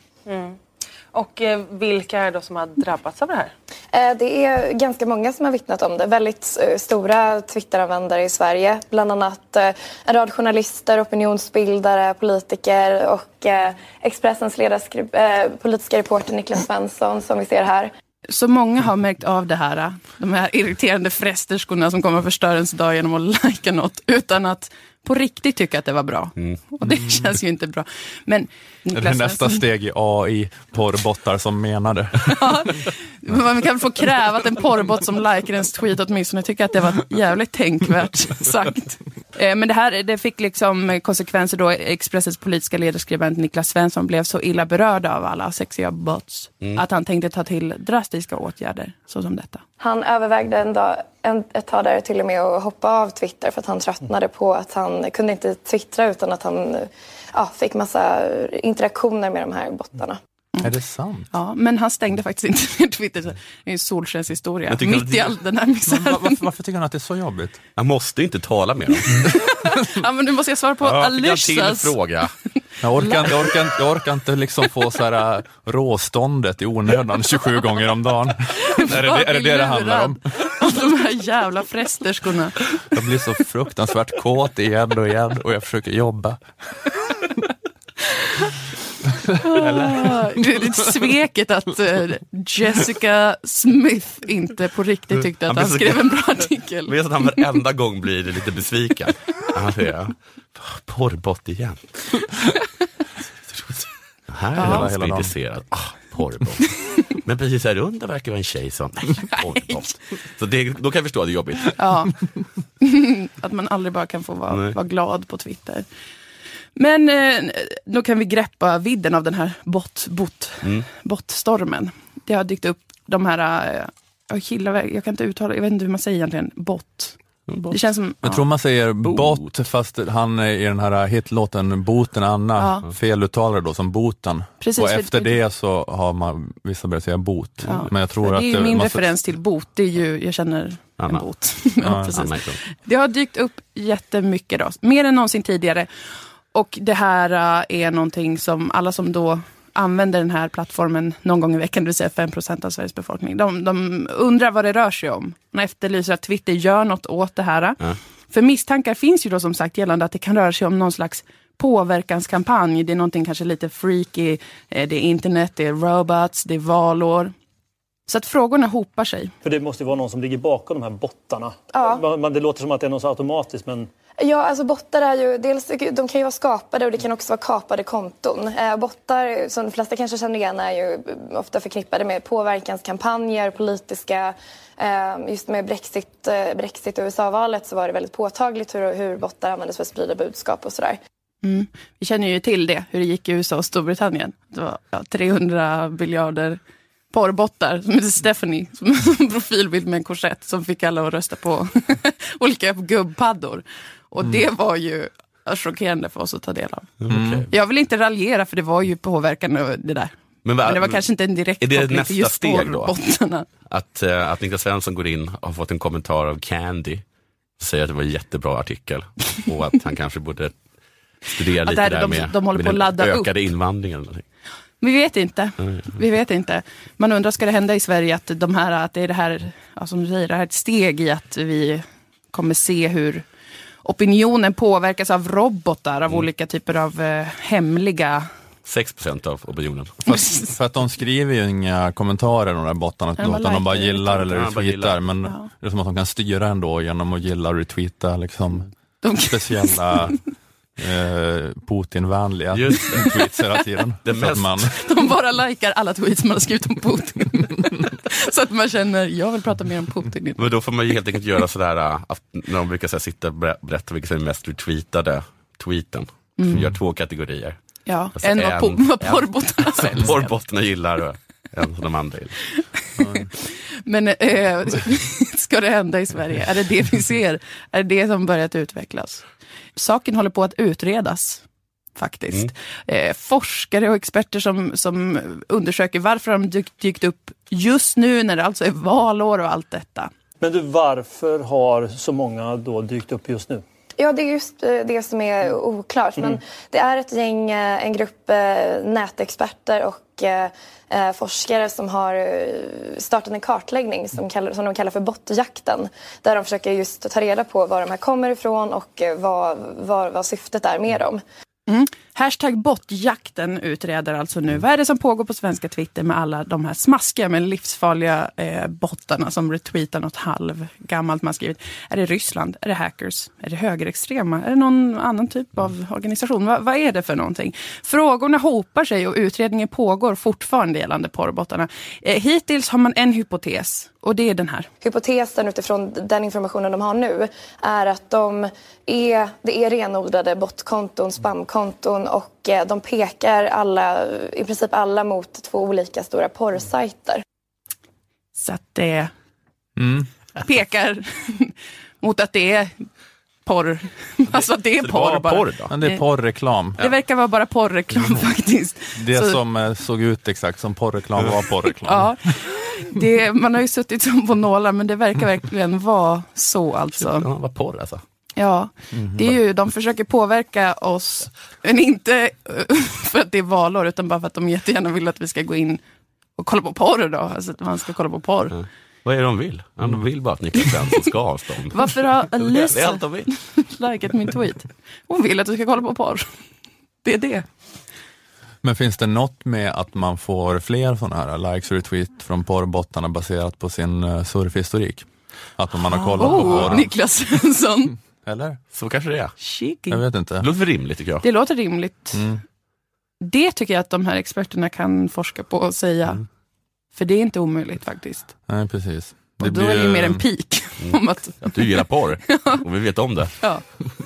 Och vilka är det då som har drabbats av det här? Det är ganska många som har vittnat om det. Väldigt stora Twitteranvändare i Sverige. Bland annat en rad journalister, opinionsbildare, politiker och Expressens politiska reporter Niklas Svensson som vi ser här. Så många har märkt av det här. De här irriterande frästerskorna som kommer att förstöra ens dag genom att lajka något utan att på riktigt tycka att det var bra. Och det känns ju inte bra. Men det är nästa steg i AI porrbottar som menade. Ja, man kan få kräva att en porrbot som likar ens tweet åtminstone tycker att det var jävligt tänkvärt sagt. Men det fick liksom konsekvenser då. Expressens politiska ledarskribent Niklas Svensson blev så illa berörd av alla sexiga bots att han tänkte ta till drastiska åtgärder så som detta. Han övervägde ett tag där till och med att hoppa av Twitter för att han tröttnade på att han kunde inte twittra utan att han fick massa interaktioner med de här bottarna. Är det sant? Ja, men han stängde faktiskt inte ner Twitter. Det är en solskenshistoria. Mitt i all den här misären. Varför tycker han att det är så jobbigt? Jag måste inte tala med dem. Ja, men nu måste jag svara på Alishas fråga. Jag orkar inte liksom få så här råståndet i onödan 27 gånger om dagen. Är det handlar om? De här jävla frästerskorna. Jag blir så fruktansvärt kåt igen och jag försöker jobba. Det är lite sveket att Jessica Smith inte på riktigt tyckte att han skrev en bra artikel. Jag vet att han varenda gång blir lite besviken. Han säger, porrbott igen. Här är han hela intresserad. Porrbott. Men precis här under verkar vara en tjej som porrbott. Så då kan jag förstå att det är jobbigt. Ja. Att man aldrig bara kan få vara glad på Twitter. Men då kan vi greppa vidden av den här bottstormen. Det har dykt upp de här, jag kan inte uttala, jag vet inte hur man säger egentligen, bot. Det känns som, jag tror man säger bot, fast han är i den här hitlåten Boten Anna, feluttalare då som boten. Precis, och efter det så har man vissa börjat säga bot. Ja. Men jag tror det är ju min referens till bot, det är ju, jag känner en bot. Ja, precis. Det har dykt upp jättemycket då, mer än någonsin tidigare. Och det här är någonting som alla som då använder den här plattformen någon gång i veckan, det vill säga 5% av Sveriges befolkning, de undrar vad det rör sig om. Man efterlyser att Twitter gör något åt det här. Ja. För misstankar finns ju då som sagt gällande att det kan röra sig om någon slags påverkanskampanj. Det är någonting kanske lite freaky. Det är internet, det är robots, det är valår. Så att frågorna hopar sig. För det måste ju vara någon som ligger bakom de här bottarna. Ja. Det låter som att det är något så automatiskt, men... Ja, alltså bottar är ju, dels, de kan ju vara skapade och det kan också vara kapade konton. Bottar, som de flesta kanske känner igen, är ju ofta förknippade med påverkanskampanjer, politiska. Just med Brexit och USA-valet så var det väldigt påtagligt hur bottar användes för att sprida budskap och sådär. Vi känner ju till det, hur det gick i USA och Storbritannien. Det var 300 miljarder porrbottar som heter Stephanie, som en profilbild med en korsett som fick alla att rösta på olika gubbpaddor. Och det var ju chockerande för oss att ta del av. Jag vill inte raljera för det var ju påverkan över det där. Men det var kanske inte en direkt koppling till just porrbottarna. Att Niklas Svensson går in och har fått en kommentar av Candy och säger att det var en jättebra artikel och att han kanske borde studera lite där med den ökade invandringen. Vi vet inte. Man undrar, ska det hända i Sverige att det är det här, som du säger, det här är ett steg i att vi kommer se hur opinionen påverkas av robotar, av olika typer av hemliga... 6% av opinionen. För att de skriver ju inga kommentarer de där bottarna, utan de bara gillar eller retweetar. Men det är som att de kan styra ändå genom att gilla och retweeta liksom speciella... Putin-vänliga tweets hela tiden. De bara likar alla tweets man har skrivit om Putin. Så att man känner, jag vill prata mer om Putin. Men då får man ju helt enkelt göra sådär att när de brukar sitta och berätta vilka som är mest retweetade tweeten. Vi gör 2 kategorier. Ja, alltså en vad porrbottarna säljs. Porrbottarna gillar och en som de andra gillar. Men ska det hända i Sverige? Är det det vi ser? Är det som börjat utvecklas? Saken håller på att utredas faktiskt. Forskare och experter som undersöker varför de dykt upp just nu när det alltså är valår och allt detta. Men du, varför har så många då dykt upp just nu? Ja, det är just det som är oklart. Men det är ett gäng, en grupp nätexperter och forskare som har startat en kartläggning som de kallar för bottjakten. Där de försöker just ta reda på var de här kommer ifrån och vad syftet är med dem. Hashtag bottjakten utreder alltså nu. Vad är det som pågår på svenska Twitter med alla de här smaskiga men livsfarliga bottarna som retweetar något halvgammalt man skrivit? Är det Ryssland? Är det hackers? Är det högerextrema? Är det någon annan typ av organisation? Vad är det för någonting? Frågorna hopar sig och utredningen pågår fortfarande gällande porrbottarna. Hittills har man en hypotes och det är den här. Hypotesen utifrån den informationen de har nu är att det är renodlade botkonton, spamkonton och de pekar i princip alla mot 2 olika stora porrsajter. Så att det pekar mot att det är porr. Alltså att det är porr bara. Porr då? Men det är porrreklam. Det verkar vara bara porrreklam faktiskt. Det som såg ut exakt som porrreklam var porrreklam. Ja, man har ju suttit som på nålar men det verkar verkligen vara så alltså. Det var porr alltså. Ja, det är ju, de försöker påverka oss, men inte för att det är valår utan bara för att de jättegärna vill att vi ska gå in och kolla på porr då, alltså att man ska kolla på porr. Ja. Vad är det de vill? De vill bara att Niklas Svensson ska avstånd. Varför har Alice allt de vill. likat min tweet? Hon vill att du ska kolla på porr. Det är det. Men finns det något med att man får fler sådana här likes och retweet från porrbottarna baserat på sin surfhistorik? Att om man har kollat på porr. Niklas Svensson. Eller? Så kanske det är. Cheeky. Jag vet inte. Det låter rimligt tycker jag. Det låter rimligt. Det tycker jag att de här experterna kan forska på och säga. För det är inte omöjligt faktiskt. Nej, precis. Och då är det ju mer en peak. Om att du gillar porr. Och vi vet om det. Ja.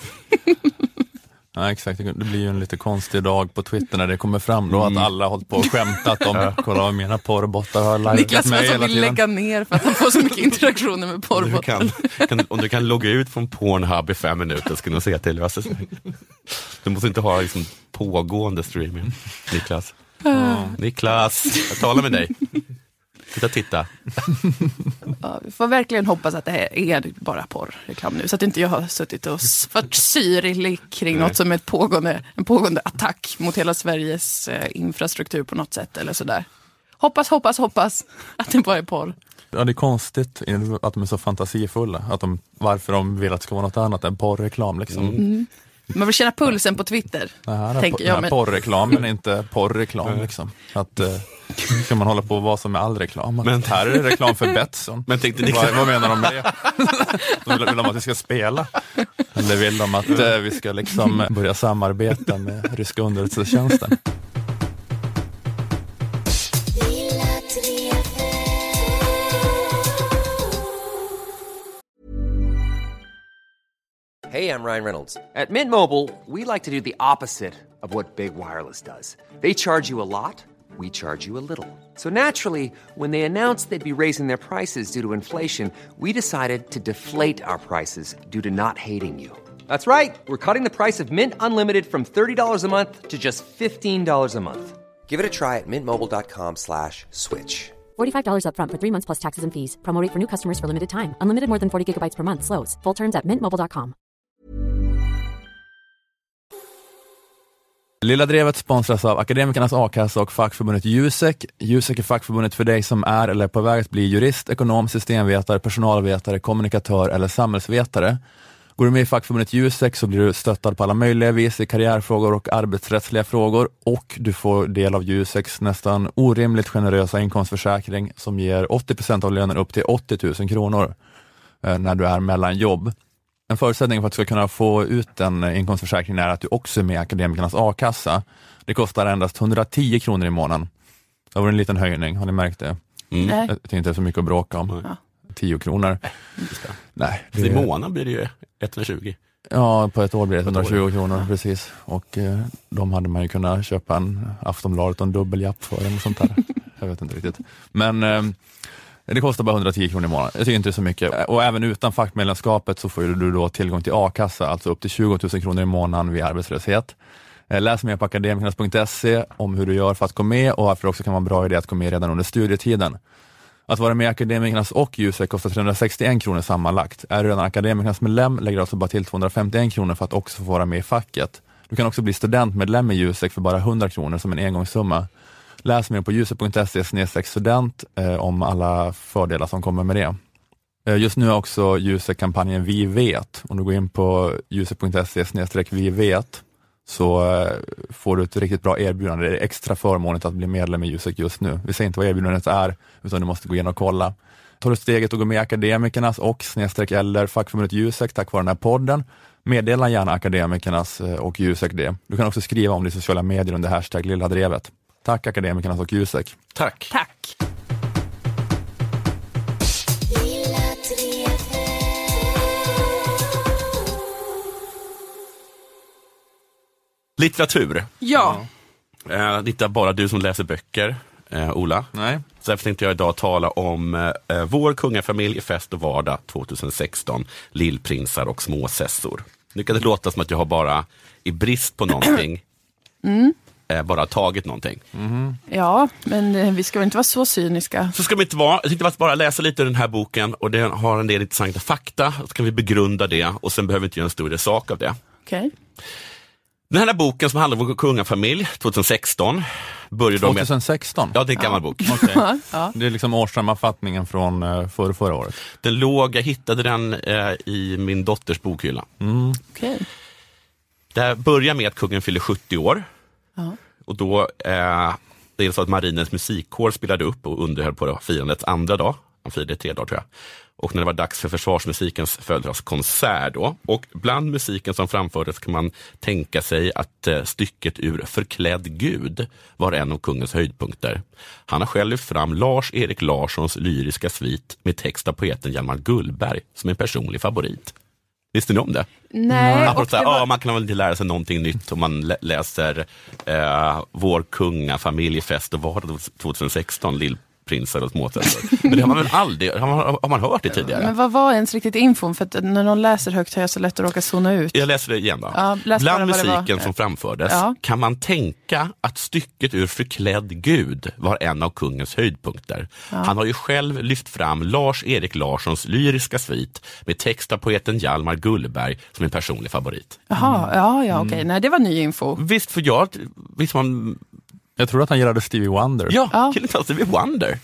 Ja, exakt. Det blir ju en lite konstig dag på Twitter när det kommer fram då att alla har hållit på och skämtat om kolla vad mina porrbottar har likat Niklas mig hela vill lägga ner för att han får så mycket interaktioner med porrbottar. Om du kan logga ut från Pornhub i 5 minuter ska du se till. Du måste inte ha liksom pågående streaming, Niklas. Niklas, jag talar med dig. Titta. Ja, vi får verkligen hoppas att det här är bara porrreklam nu. Så att inte jag har suttit och varit syrlig kring något som är en pågående attack mot hela Sveriges infrastruktur på något sätt eller sådär. Hoppas att det bara är porr. Ja, det är konstigt att de är så fantasifulla. Varför de vill att det ska vara något annat än porrreklam liksom. Man vill känna pulsen på Twitter. Den här porrreklamen är inte porrreklam liksom. Att ska man hålla på vad som är all reklam. Men här är det reklam för Betsson. Men tänkte vad menar de med det? Vill de att vi ska spela? Eller vill de att vi ska liksom börja samarbeta med ryska underrättelsetjänsten? Hey, I'm Ryan Reynolds. At Mint Mobile, we like to do the opposite of what Big Wireless does. They charge you a lot, we charge you a little. So naturally, when they announced they'd be raising their prices due to inflation, we decided to deflate our prices due to not hating you. That's right. We're cutting the price of Mint Unlimited from $30 a month to just $15 a month. Give it a try at mintmobile.com/switch. $45 up front for 3 months plus taxes and fees. Promo rate for new customers for limited time. Unlimited more than 40 gigabytes per month. Slows full terms at mintmobile.com. Lilla Drevet sponsras av Akademikernas A-kassa och fackförbundet Jusek. Jusek är fackförbundet för dig som är eller är på väg att bli jurist, ekonom, systemvetare, personalvetare, kommunikatör eller samhällsvetare. Går du med i fackförbundet Jusek så blir du stöttad på alla möjliga vis i karriärfrågor och arbetsrättsliga frågor, och du får del av Juseks nästan orimligt generösa inkomstförsäkring som ger 80% av lönen upp till 80 000 kronor när du är mellan jobb. En förutsättning för att du ska kunna få ut en inkomstförsäkring är att du också är med i Akademikernas A-kassa. Det kostar endast 110 kronor i månaden. Det var en liten höjning, har ni märkt det? Jag tänkte inte så mycket att bråka om. Ja. 10 kronor. Nej. I månaden blir det ju 120. Ja, på ett år blir det 120 kronor, precis. Och de hade man ju kunnat köpa en Aftonbladet och en dubbeljapp för eller sånt där. Jag vet inte riktigt. Men det kostar bara 110 kronor i månaden. Jag tycker inte det är så mycket. Och även utan fackmedlemskapet så får du då tillgång till A-kassa, alltså upp till 20 000 kronor i månaden vid arbetslöshet. Läs mer på akademikernas.se om hur du gör för att gå med, och varför det också kan vara en bra idé att gå med redan under studietiden. Att vara med i Akademikernas och Jusek kostar 361 kronor sammanlagt. Är du redan Akademikernas medlem lägger du alltså bara till 251 kronor för att också få vara med i facket. Du kan också bli studentmedlem i Jusek för bara 100 kronor som en engångssumma. Läs mer på jusek.se/student om alla fördelar som kommer med det. Just nu är också Jusek-kampanjen Vi vet. Om du går in på jusek.se/vi vet så får du ett riktigt bra erbjudande. Det är extra förmånligt att bli medlem i Jusek just nu. Vi säger inte vad erbjudandet är, utan du måste gå in och kolla. Tar du steget och går med Akademikernas och /eller fackförbundet Jusek tack vare den här podden, meddela gärna Akademikernas och Jusek det. Du kan också skriva om det i sociala medier under hashtag Lilla Drevet. Tack Akademikernas och Jusek. Tack. Tack. Litteratur. Ja. Det är inte bara du som läser böcker, Ola. Nej. Så därför tänkte jag idag tala om Vår kungafamilj i fest och vardag 2016, Lillprinsar och småsessor. Nu kan det låta som att jag har bara i brist på någonting bara tagit någonting. Ja, men vi ska väl inte vara så cyniska. Så ska vi inte vara. Jag tänkte bara läsa lite ur den här boken, och den har en del intressanta fakta. Så kan vi begrunda det, och sen behöver vi inte göra en större sak av det. Okej. Den här boken som handlar om vår kungafamilj 2016 började 2016? Ja, det är en gammal bok. Okay. Ja. Det är liksom årssammanfattningen från förra året. Jag hittade den i min dotters bokhylla. Okay. Det börjar med att kungen fyller 70 år. Och då det är så att Marinens musikkår spelade upp och underhöll på firandets andra dag. Han firade 3 dagar tror jag. Och när det var dags för försvarsmusikens födelsedagskonsert då. Och bland musiken som framfördes kan man tänka sig att stycket ur Förklädd Gud var en av kungens höjdpunkter. Han har själv lyft fram Lars-Erik Larssons lyriska svit med text av poeten Hjalmar Gullberg som en personlig favorit. Visste ni om det? Nej. Man kan väl inte lära sig någonting nytt om man läser Vår kungafamilj i fest och vardag 2016, Lillprinsar och småsessor. Men det har man väl aldrig, har man hört det tidigare? Men vad var ens riktigt infon? För att när någon läser högt är så lätt att råka zona ut. Jag läser det igen då. Ja, bland musiken som framfördes kan man tänka att stycket ur Förklädd Gud var en av kungens höjdpunkter. Han har ju själv lyft fram Lars-Erik Larssons lyriska svit med text av poeten Hjalmar Gullberg som en personlig favorit. Jaha, okej. Nej, det var ny info. Visst, för visst man... Jag tror att han gillade Stevie Wonder. Ja, killen Stevie Wonder.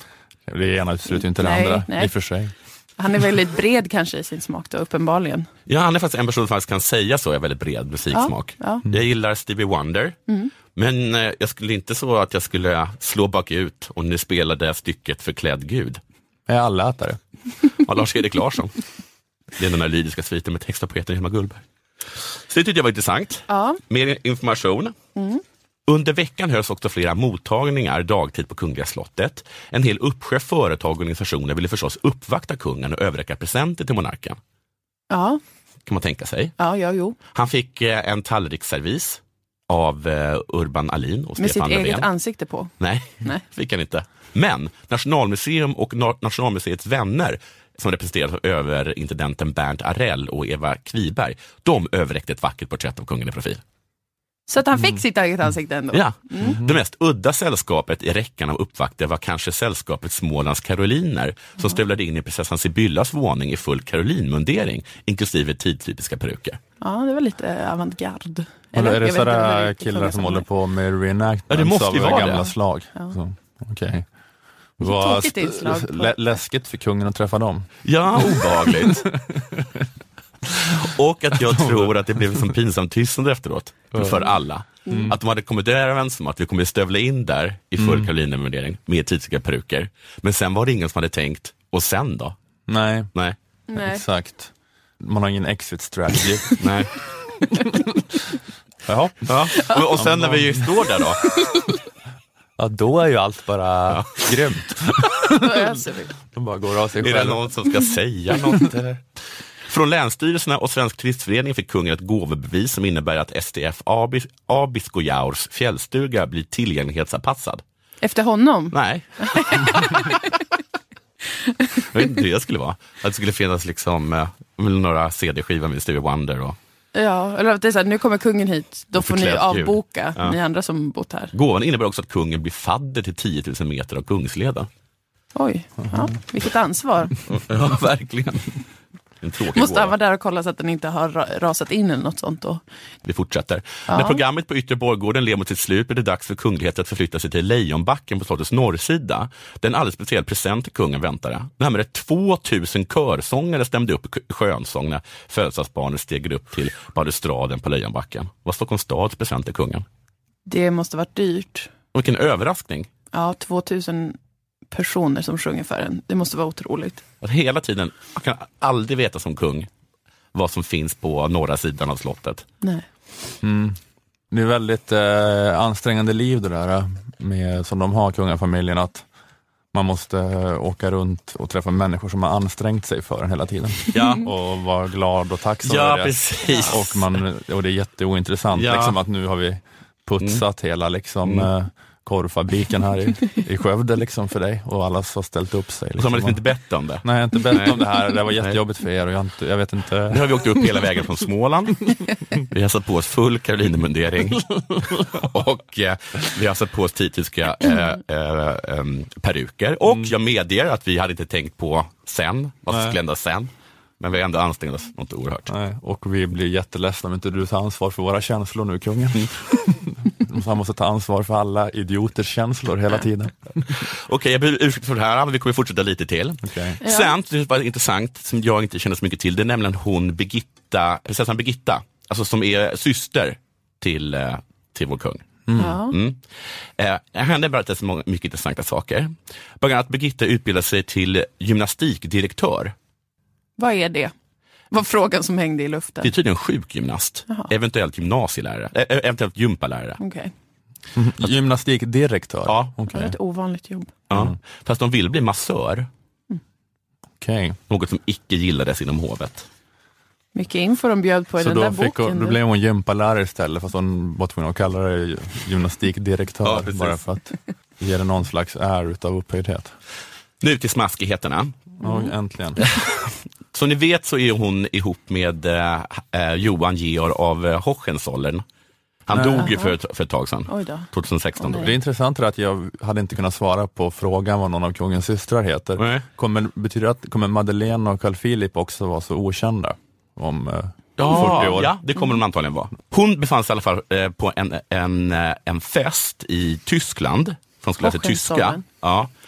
Det ena utesluter ju inte det andra, i och för sig. Han är väldigt bred kanske i sin smak då, uppenbarligen. Ja, han är faktiskt en person som faktiskt kan säga så, är väldigt bred musiksmak. Ja. Jag gillar Stevie Wonder, men jag skulle inte så att jag skulle slå bakut och nu spelade stycket Förklädd Gud. Är allätare? Ja, Lars-Erik Larsson. Det är den här lyriska sviten med text av poeten Hilma Gullberg. Så det tyckte jag var intressant. Ja. Mer information. Under veckan hölls också flera mottagningar dagtid på Kungliga slottet. En hel uppsjö företag och organisationer ville förstås uppvakta kungen och överräcka presenter till monarken. Ja. Kan man tänka sig. Ja. Han fick en tallriksservis av Urban Ahlin och med Stefan sitt Löfven. eget ansikte på. Nej, fick han inte. Men Nationalmuseum och Nationalmuseets vänner, som representeras av överintendenten Bernt Arell och Eva Kviberg, de överräckte ett vackert porträtt av kungen i profil. Så att han fick sitt eget ansikte ändå? Ja. Det mest udda sällskapet i räckan av uppvakter var kanske sällskapet Smålands Karoliner, som stövlade in i prinsessan Sibyllas våning i full karolinmundering, inklusive tidtypiska peruker. Ja, det var lite avantgarde. Eller är det sådär killar som håller på med reenactments av gamla slag? Ja. Okej. Tråkigt inslag. Läskigt för kungen att träffa dem. Ja, obehagligt. Och att jag tror att det blev som pinsam tystnad efteråt för alla. Att de hade kommit överens om att vi kommer stövla in där i full karolinmundering med tidsiga peruker. Men sen var det ingen som hade tänkt, och sen då? Nej. Exakt. Man har ingen exit strategy. Nej. Jaha. Ja. Och sen när vi står där då? Ja, då är ju allt bara grymt. De bara går av sig själv. Är det någon som ska säga något eller? Från Länsstyrelserna och Svensk turistförening fick kungen ett gåvobevis som innebär att STF Abiskojaurs fjällstuga blir tillgänglighetsanpassad. Efter honom? Nej. Jag vet inte hur det skulle vara. Att det skulle finnas liksom några CD-skivor med Stevie Wonder och... Ja, eller att det är så här, nu kommer kungen hit, då får ni avboka, ja. Ni andra som bott här. Gåvan innebär också att kungen blir fadder till 10 000 meter av Kungsleden. Oj, ja, vilket ansvar. Ja, verkligen. Måste han vara där och kolla så att den inte har rasat in eller något sånt då. Vi fortsätter. Ja. När programmet på Yttre Borggården led mot sitt slut blev det dags för kungligheter att förflytta sig till Lejonbacken på slottets norrsida. Det är en alldeles speciell present till kungen väntade. Närmare 2000 körsångare stämde upp i skönsång när födelsedagsbarnet steg upp till balustraden på Lejonbacken. Vad Stockholms stads present till kungen? Det måste varit dyrt. Och vilken överraskning. Ja, 2000 personer som sjunger för en. Det måste vara otroligt. Att hela tiden, man kan aldrig veta som kung vad som finns på norra sidan av slottet. Nej. Det är väldigt ansträngande liv det där med, som de har, kungafamiljen, att man måste åka runt och träffa människor som har ansträngt sig för en hela tiden. Ja. Och vara glad och tacksam ja, för det. Precis. Och det är jätteointressant liksom, att nu har vi putsat hela liksom, korvfabriken här i Skövde liksom, för dig, och alla har ställt upp sig. Liksom. Och så har man liksom inte bett om det. Nej, jag har inte bett om det här. Det var jättejobbigt för er och jag vet inte. Nu har vi åkt upp hela vägen från Småland. Vi har satt på oss full karolinemundering och vi har satt på oss tidtyska peruker. Och jag medger att vi hade inte tänkt på sen, vad som skulle hända sen. Men vi har ändå ansträngt oss något oerhört. Nej, och vi blir jätteledsna om inte du tar ansvar för våra känslor nu, kungen. Han måste ta ansvar för alla idioters känslor hela tiden. Okej, jag ber ursäkt för det här, men vi kommer fortsätta lite till. Okay. Ja. Sen, det var intressant, som jag inte känner så mycket till, det är nämligen hon prinsessan Birgitta, alltså som är syster till vår kung. Henne berättar så många mycket intressanta saker. Bland annat att Birgitta utbildade sig till gymnastikdirektör. Vad är det? Var frågan som hängde i luften? Det är tydligen sjukgymnast. Jaha. Eventuellt gymnasielärare. Eventuellt gympalärare. Okej. Gymnastikdirektör? Ja. Det är ett ovanligt jobb. Ja. Fast de vill bli massör. Okej. Något som icke gillades inom hovet. Mycket info de bjöd på i så den där boken. Då blev hon gympalärare istället, fast hon var tvungen att kalla det gymnastikdirektör. Ja, bara för att ge det någon slags utav upphöjdhet. Nu till smaskigheterna. Äntligen. Som ni vet så är hon ihop med Johan Georg av Hohenzollern. Han dog ju för ett tag sedan. 2016. Det är intressant att jag hade inte kunnat svara på frågan vad någon av kungens systrar heter. Betyder det att kommer Madeleine och Carl Philip också vara så okända om 40 år? Ja, det kommer de antagligen vara. Hon befann sig i alla fall på en fest i Tyskland. Från skulle läsa tyska. Ja.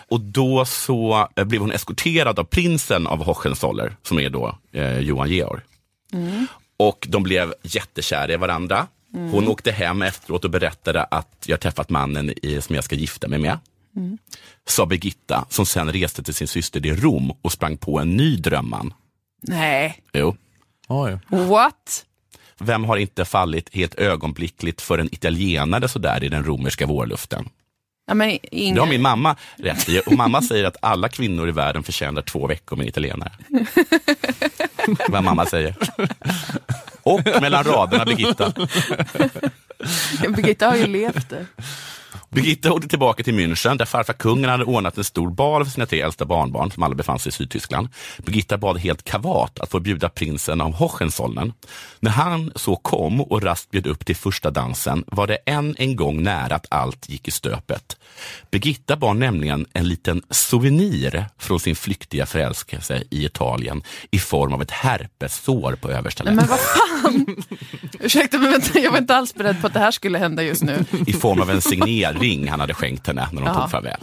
Och då så blev hon eskorterad av prinsen av Hohenzollern, som är då Johan Georg. Och de blev jättekära i varandra. Hon åkte hem efteråt och berättade att jag träffat mannen som jag ska gifta mig med. Sa Birgitta, som sen reste till sin syster i Rom och sprang på en ny drömman. Nej. Jo. Oj. What? Vem har inte fallit helt ögonblickligt för en italienare så där i den romerska vårluften? Ja, men ingen... Det har min mamma rätt i. Och mamma säger att alla kvinnor i världen förtjänar 2 veckor med italienare. Vad mamma säger. Och mellan raderna Birgitta. Birgitta har ju levt det. Birgitta åkte tillbaka till München där farfar kungen hade ordnat en stor bal för sina 3 äldsta barnbarn som alla befann sig i Sydtyskland. Birgitta bad helt kavat att få bjuda prinsen av Hohenzollern. När han så kom och rast bjöd upp till första dansen var det en gång nära att allt gick i stöpet. Birgitta bar nämligen en liten souvenir från sin flyktiga förälskelse i Italien i form av ett herpessår på översta läppen. Men vad fan? Ursäkta, men vänta, jag var inte alls beredd på att det här skulle hända just nu. I form av en signering han hade skänkt henne när de tog farväl.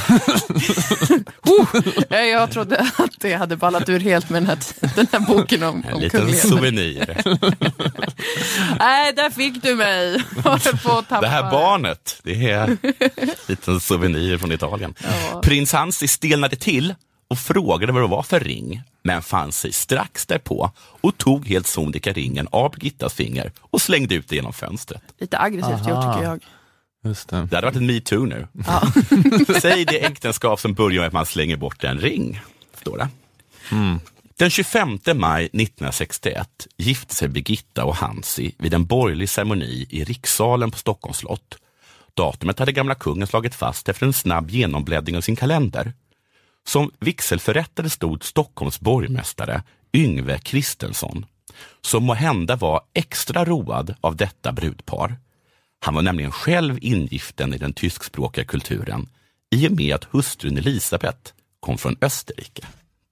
Jag trodde att det hade ballat ur helt med den här boken om en liten kungen. souvenir. Nej, där fick du mig. Det här barnet, det är en liten souvenir från Italien. Ja. Prins Hansi stelnade till och frågade vad det var för ring, men fann sig strax därpå och tog helt sonika ringen av Birgittas finger och slängde ut det genom fönstret. Lite aggressivt gjort tycker jag. Just det. Det hade varit en MeToo nu. Ja. Säg det äktenskap som börjar med att man slänger bort en ring, står det. Den 25 maj 1961 gifte sig Birgitta och Hansi vid en borgerlig ceremoni i rikssalen på Stockholms slott. Datumet hade gamla kungen slagit fast efter en snabb genombläddring av sin kalender. Som vigselförrättare stod Stockholms borgmästare Yngve Kristensson, som måhända var extra road av detta brudpar. Han var nämligen själv ingiften i den tyskspråkiga kulturen i och med att hustrun Elisabeth kom från Österrike.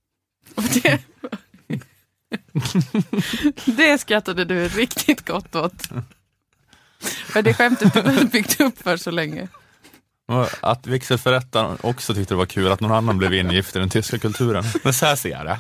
Det skrattade du riktigt gott åt. För det skämtet du hade byggt upp för så länge. Att vigselförrättaren också tyckte det var kul att någon annan blev ingift i den tyska kulturen. Men så här ser jag det.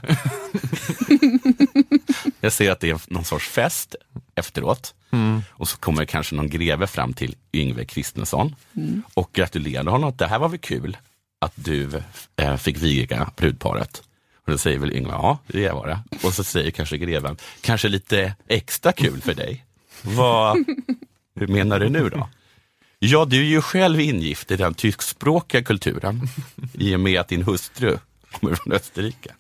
Jag ser att det är någon sorts fest efteråt. Och så kommer kanske någon greve fram till Yngve Kristensson och gratulerar honom att det här var väl kul att du fick viga brudparet. Och då säger väl Yngve, ja det var det. Och så säger kanske greven, kanske lite extra kul för dig. Hur menar du nu då? Ja, du är ju själv ingift i den tyskspråkiga kulturen i och med att din hustru kommer från Österrike.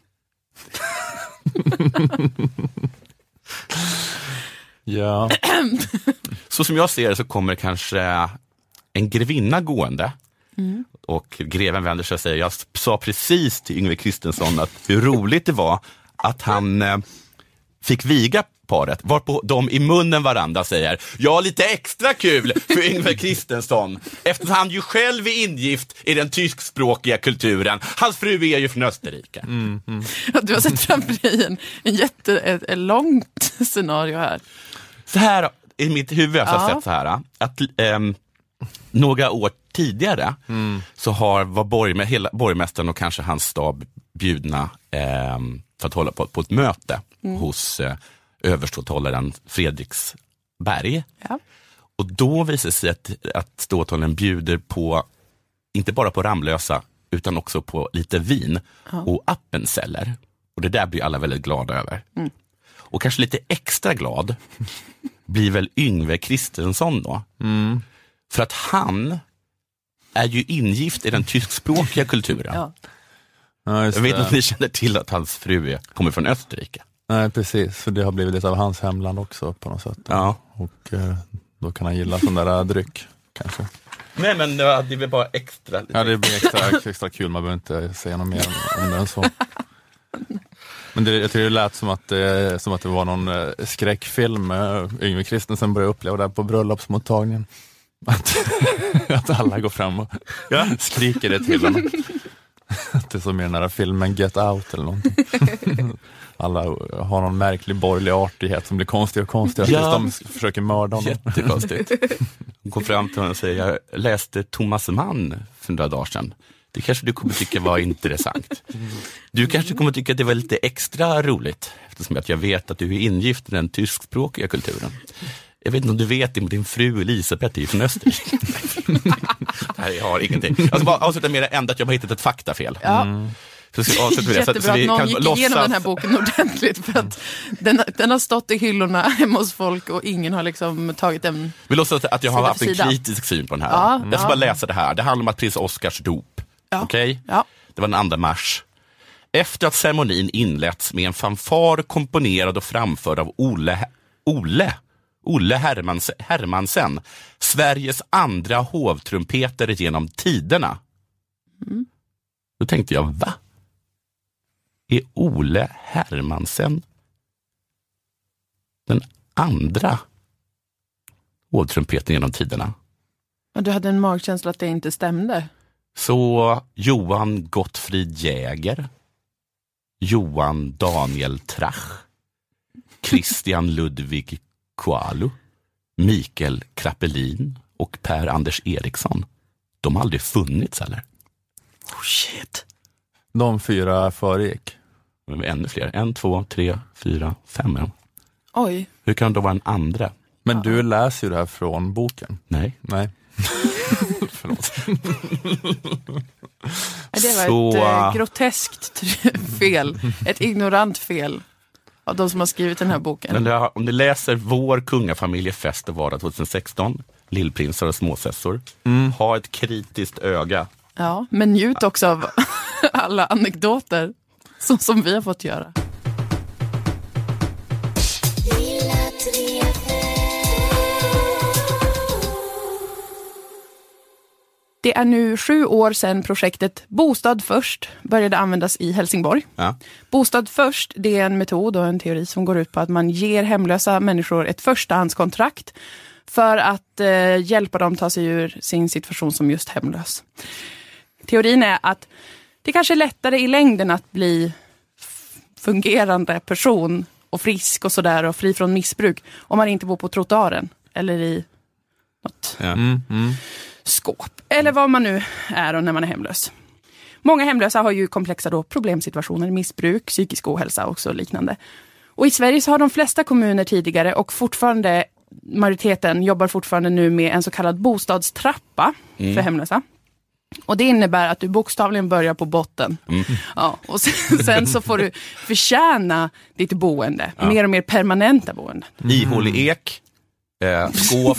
Ja. Så som jag ser det så kommer kanske en grevinna gående och greven vänder sig och säger, jag sa precis till Yngve Kristensson att hur roligt det var att han fick viga paret, varpå de i munnen varandra säger, ja lite extra kul för Yngve Kristensson eftersom han ju själv är ingift i den tyskspråkiga kulturen. Hans fru är ju från Österrike. Du har sett framför dig ett långt scenario här. Så här i mitt huvud har jag sett så här att några år tidigare så var hela borgmästaren och kanske hans stab bjudna för att hålla på ett möte hos överståthållaren Fredriksberg. Ja. Och då visar det sig att ståthållaren bjuder på, inte bara på Ramlösa utan också på lite vin och appenzeller. Och det där blir alla väldigt glada över. Och kanske lite extra glad blir väl Yngve Kristensson då. För att han är ju ingift i den tyskspråkiga kulturen. Ja, jag vet inte om ni känner till att hans fru kommer från Österrike. Nej, precis. För det har blivit lite av hans hemland också på något sätt. Ja. Och då kan han gilla sån där dryck, kanske. Nej, men det är väl bara extra. Ja, det blir extra kul. Man behöver inte säga något mer om det än så. Men jag tycker det lät som att det var någon skräckfilm. Yngve Kristensen började uppleva det på bröllopsmottagningen. Att alla går fram och skriker det till honom. Det är som i den här filmen Get Out eller någonting. Alla har någon märklig borgerlig artighet som blir konstig och konstig. Ja. De försöker mörda honom. Jättekonstigt. Hon kom fram till honom och säger, jag läste Thomas Mann för några dagar sedan. Det kanske du kommer tycka var intressant. Du kanske kommer tycka att det var lite extra roligt eftersom att jag vet att du är ingift i den tyskspråkiga kulturen. Jag vet inte om du vet det, men din fru Elisabeth är från Österrike. Nej, jag har ingenting. Jag ska bara avsluta med det enda att jag har hittat ett faktafel. Ja. Så ska jag avsluta med det. Jättebra att någon gick igenom den här boken ordentligt för att den har stått i hyllorna hemma hos folk och ingen har liksom tagit den. Vi låtsas att jag har haft en kritisk syn på den här. Ja, jag ska bara läsa det här. Det handlar om att prins Oscars dop. Ja. Okej? Ja. Det var den 2 mars. Efter att ceremonin inletts med en fanfar komponerad och framförd av Olle Hermansen, Sveriges andra hovtrumpeter genom tiderna. Då tänkte jag, va? Är Olle Hermansen den andra hovtrumpeten genom tiderna? Och du hade en magkänsla att det inte stämde. Så Johan Gottfried Jäger, Johan Daniel Trach, Christian Ludvig Kualu, Mikael Krappelin och Per Anders Eriksson. De har aldrig funnits, eller? Oh shit. De 4 föregick. Det var ännu fler. 1, 2, 3, 4, 5. Oj. Hur kan det då vara en andra? Men du läser ju det här från boken. Nej. Förlåt. Det var ett groteskt fel. Ett ignorant fel av de som har skrivit den här boken. Men om ni läser Vår kungafamiljefest och vardag 2016, Lillprinsar och småsessor, ha ett kritiskt öga. Ja, men njut också av alla anekdoter som vi har fått göra. Det är nu 7 år sedan projektet Bostad först började användas i Helsingborg. Ja. Bostad först, det är en metod och en teori som går ut på att man ger hemlösa människor ett förstahandskontrakt för att hjälpa dem ta sig ur sin situation som just hemlös. Teorin är att det kanske är lättare i längden att bli fungerande person och frisk och sådär och fri från missbruk om man inte bor på trottoaren eller i något skåp. Eller vad man nu är när man är hemlös. Många hemlösa har ju komplexa problemsituationer, missbruk, psykisk ohälsa och så liknande. Och i Sverige så har de flesta kommuner tidigare och fortfarande majoriteten jobbar fortfarande nu med en så kallad bostadstrappa för hemlösa. Och det innebär att du bokstavligen börjar på botten. Ja, och sen så får du förtjäna ditt boende. Ja. Mer och mer permanenta boende. Ihålig ek, skåp,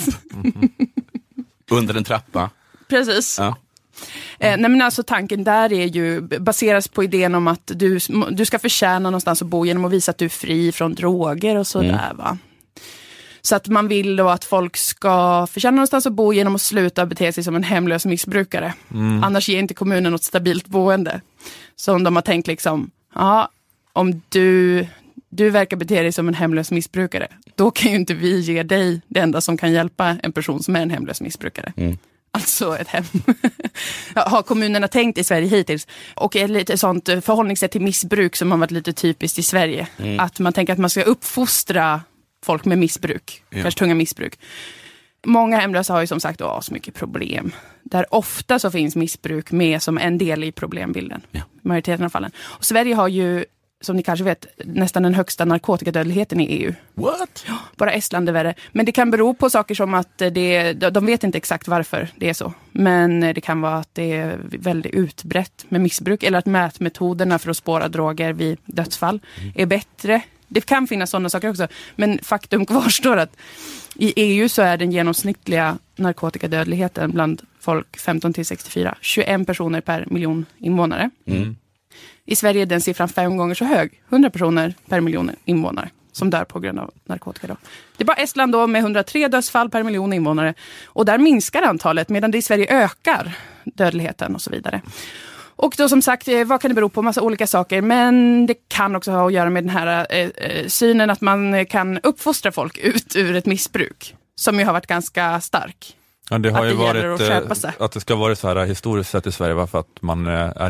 under en trappa. Precis. Ja. Nej men alltså tanken där är ju baseras på idén om att du ska förtjäna någonstans att bo genom att visa att du är fri från droger och sådär va. Så att man vill då att folk ska förtjäna någonstans att bo genom att sluta bete sig som en hemlös missbrukare. Annars ger inte kommunen något stabilt boende. Så om de har tänkt liksom, ja, om du verkar bete dig som en hemlös missbrukare, då kan ju inte vi ge dig det enda som kan hjälpa en person som är en hemlös missbrukare. Alltså ett hem. Har kommunerna tänkt i Sverige hittills. Och ett lite sånt förhållningssätt till missbruk som har varit lite typiskt i Sverige. Att man tänker att man ska uppfostra folk med missbruk, kanske tunga missbruk. Många hemlösa har ju som sagt så mycket problem. Där ofta så finns missbruk med som en del i problembilden. Majoriteten av fallen. Och Sverige har ju, som ni kanske vet, nästan den högsta narkotikadödligheten i EU. What? Ja, bara Estland är värre. Men det kan bero på saker som att de vet inte exakt varför det är så. Men det kan vara att det är väldigt utbrett med missbruk. Eller att mätmetoderna för att spåra droger vid dödsfall är bättre. Det kan finnas sådana saker också. Men faktum kvarstår att i EU så är den genomsnittliga narkotikadödligheten bland folk 15-64 21 personer per miljon invånare. I Sverige är den siffran 5 gånger så hög. 100 personer per miljon invånare som dör på grund av narkotika. Då. Det är bara Estland då med 103 dödsfall per miljon invånare. Och där minskar antalet medan det i Sverige ökar dödligheten och så vidare. Och då som sagt, vad kan det bero på? Massa olika saker. Men det kan också ha att göra med den här synen att man kan uppfostra folk ut ur ett missbruk. Som ju har varit ganska stark. Ja, det har ju varit att det ska vara så här historiskt sett i Sverige, varför att man är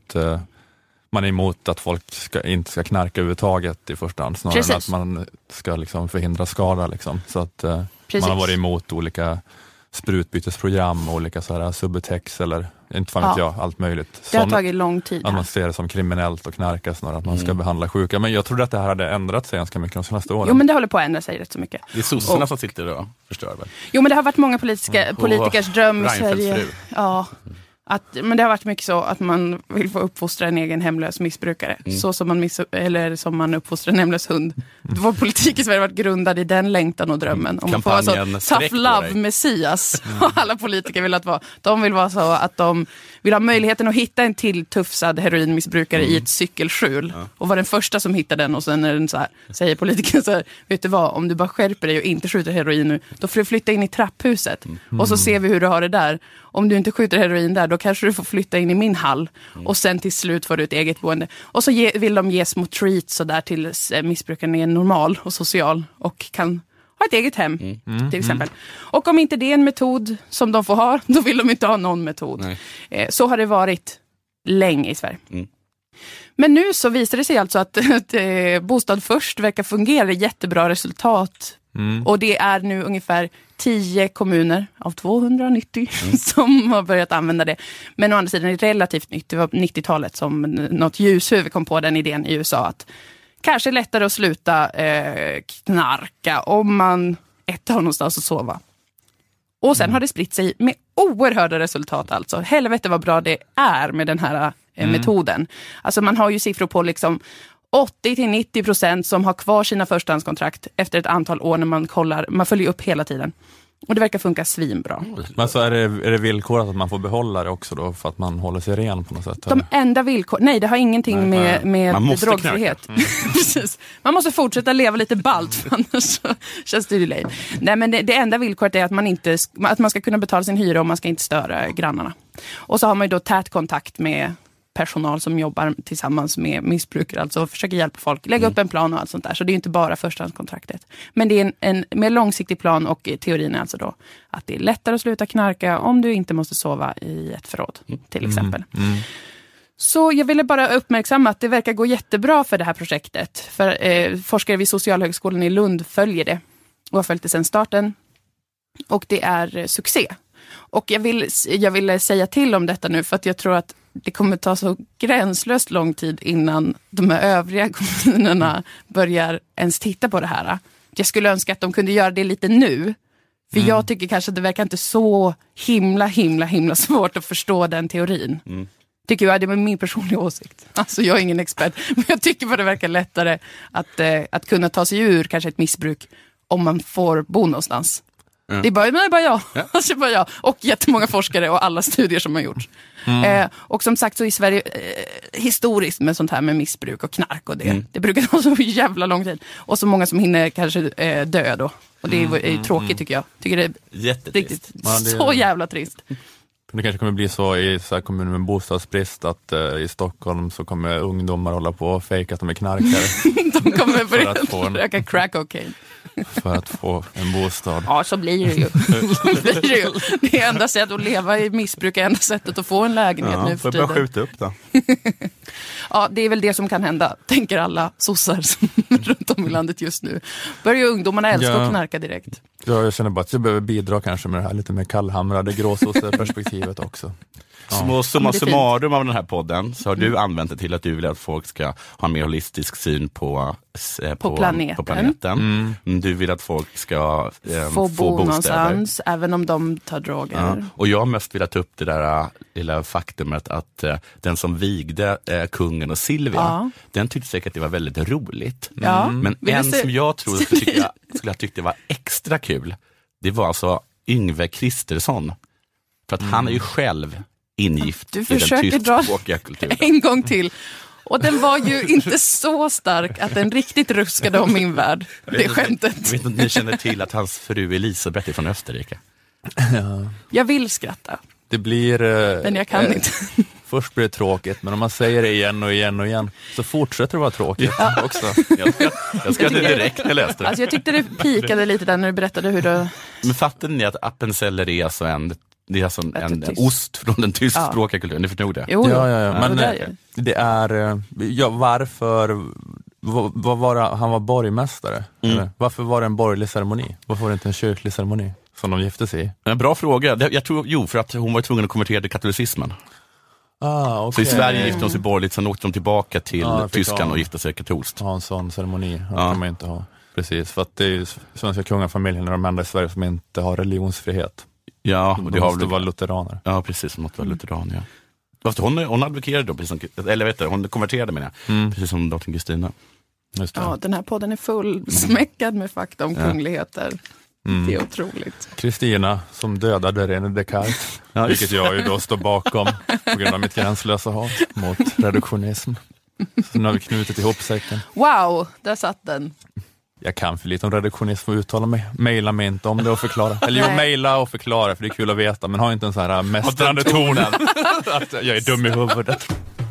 emot att folk inte ska knarka överhuvudtaget i första hand, snarare än att man ska liksom förhindra skada liksom. Så att man har varit emot olika sprutbytesprogram och olika så här Subutex eller inte fan vet jag, allt möjligt. Det har tagit lång tid. Att man ser det som kriminellt och knarka snarare, att man ska behandla sjuka. Men jag trodde att det här hade ändrat sig ganska mycket de senaste åren. Jo, men det håller på att ändra sig rätt så mycket. Det är sossarna som sitter och förstör väl? Jo, men det har varit många politikers dröm i Sverige. Ja. Men det har varit mycket så att man vill få uppfostra en egen hemlös missbrukare. Så som man uppfostrar en hemlös hund. Vår politik i Sverige har varit grundad i den längtan och drömmen. Om man får vara så tough love messias. Och alla politiker vill att vara. De vill vara så att de vill ha möjligheten att hitta en till tuffsad heroinmissbrukare i ett cykelskjul. Och vara den första som hittar den. Och sen är den så här, säger politikern så här, vet du vad, om du bara skärper dig och inte skjuter heroin nu, då får du flytta in i trapphuset. Och så ser vi hur du har det där. Om du inte skjuter heroin där, då kanske du får flytta in i min hall. Och sen till slut får du ett eget boende. Och så vill de ge små treats så där till missbrukaren är normal och social. Och kan ha ett eget hem, till exempel. Och om inte det är en metod som de får ha, då vill de inte ha någon metod. Så har det varit länge i Sverige. Men nu så visar det sig alltså att Bostad först verkar fungera, jättebra resultat. Och det är nu ungefär 10 kommuner av 290 som har börjat använda det. Men å andra sidan är det relativt nytt. Det var 90-talet som något ljushuvud kom på den idén i USA att kanske lättare att sluta knarka om man har någonstans att sova. Och sen har det spritt sig med oerhörda resultat alltså. Helvete vad bra det är med den här metoden. Alltså man har ju siffror på liksom 80-90% som har kvar sina förstahandskontrakt efter ett antal år när man följer upp hela tiden. Och det verkar funka svinbra. Men så är det villkorat att man får behålla det också då för att man håller sig ren på något sätt? De enda villkor... Nej, det har ingenting med drogfrihet. Precis. Man måste fortsätta leva lite ballt för annars så känns det ju lejt. Nej, men det enda villkoret är att man ska kunna betala sin hyra och man ska inte störa grannarna. Och så har man ju då tät kontakt med personal som jobbar tillsammans med missbrukare, alltså försöker hjälpa folk, lägga upp en plan och allt sånt där. Så det är ju inte bara förstahandskontraktet. Men det är en mer långsiktig plan och teorin är alltså då att det är lättare att sluta knarka om du inte måste sova i ett förråd, till exempel. Så jag ville bara uppmärksamma att det verkar gå jättebra för det här projektet. För forskare vid Socialhögskolan i Lund följer det och har följt det sedan starten. Och det är succé. Och jag vill säga till om detta nu för att jag tror att det kommer ta så gränslöst lång tid innan de här övriga kommunerna börjar ens titta på det här. Jag skulle önska att de kunde göra det lite nu. För jag tycker kanske att det verkar inte så himla svårt att förstå den teorin. Tycker jag, det är min personliga åsikt. Alltså jag är ingen expert. Men jag tycker bara det verkar lättare att kunna ta sig ur kanske ett missbruk om man får bo någonstans. Det är bara jag. Ja. Alltså bara jag. Och jättemånga forskare och alla studier som har gjorts. Och som sagt så i Sverige historiskt med sånt här med missbruk och knark och det brukar ta så jävla lång tid. Och så många som hinner kanske dö då. Och det är tråkigt tycker jag. Tycker det är riktigt så jävla trist. Det kanske kommer bli så i så här kommuner med bostadsbrist att i Stockholm så kommer ungdomar hålla på och fejka att de är knarkare. De kommer börja röka crack cocaine. För att få en bostad. Ja, så blir det ju. Det är enda sättet att leva i missbruk, är enda sättet att få en lägenhet nu för tiden. Får bara skjuta upp då. Ja, det är väl det som kan hända, tänker alla sossar runt om i landet just nu. Börjar ungdomarna älska att knarka direkt. Ja, jag känner bara att jag behöver bidra kanske med det här lite mer kallhamrade gråsosseperspektivet också. Ja. Summa summarum av den här podden så har du använt det till att du vill att folk ska ha en mer holistisk syn på planeten. Du vill att folk ska få bo någonstans, även om de tar droger. Ja. Och jag mest vill ta upp det där lilla faktumet att den som vigde kungen och Silvia, den tyckte säkert att det var väldigt roligt. Men som jag tror skulle ha tyckt det var extra kul, det var alltså Yngve Kristersson. För att han är ju själv ingift i den tyskspråkiga kulturen. En gång till. Och den var ju inte så stark att den riktigt ruskade om min värld. Det skämtet. Jag vet inte om ni känner till att hans fru Elisabeth är från Österrike. Jag vill skratta. Det blir... men jag kan inte. Först blir det tråkigt, men om man säger det igen och igen och igen så fortsätter det vara tråkigt också. Jag ska direkt när jag läste det. Alltså jag tyckte det pikade lite där när du berättade hur du... Men fattade ni att appenzeller är alltså en ost från den tyskspråkiga kulturen? Ni förstod det? Jo. Ja. Men det är... varför... Vad var det, han var borgmästare? Eller? Varför var det en borgerlig ceremoni? Varför var det inte en kyrklig ceremoni? som de gifte sig i? En bra fråga. Jag tror, för att hon var tvungen att konvertera till katolicismen. Okay. Så i Sverige gifte de sig borgerligt, sen åkte de tillbaka till Tyskland och gifte sig katolskt. Ha en sån ceremoni, det kan man inte ha. Precis, för att det är ju svenska kungafamiljen är de enda i Sverige som inte har religionsfrihet. Ja, och det måste vara lutheraner. Ja, precis, de måste vara lutheraner, ja. Hon advokerade då, precis som, eller vet du, hon konverterade med det, precis som drottning Kristina. Ja, den här podden är fullsmäckad med fakta om kungligheter. Det är otroligt. Kristina som dödade René Descartes, vilket jag ju då står bakom på grund av mitt gränslösa hat mot reduktionism. Så nu har vi knutit ihop säcken. Wow, där satt den. Jag kan för lite om reduktionism och uttala mig. Maila mig inte om det och förklara. Eller jo, maila och förklara, för det är kul att veta. Men ha inte en sån här mästrande tonen att jag är dum i huvudet.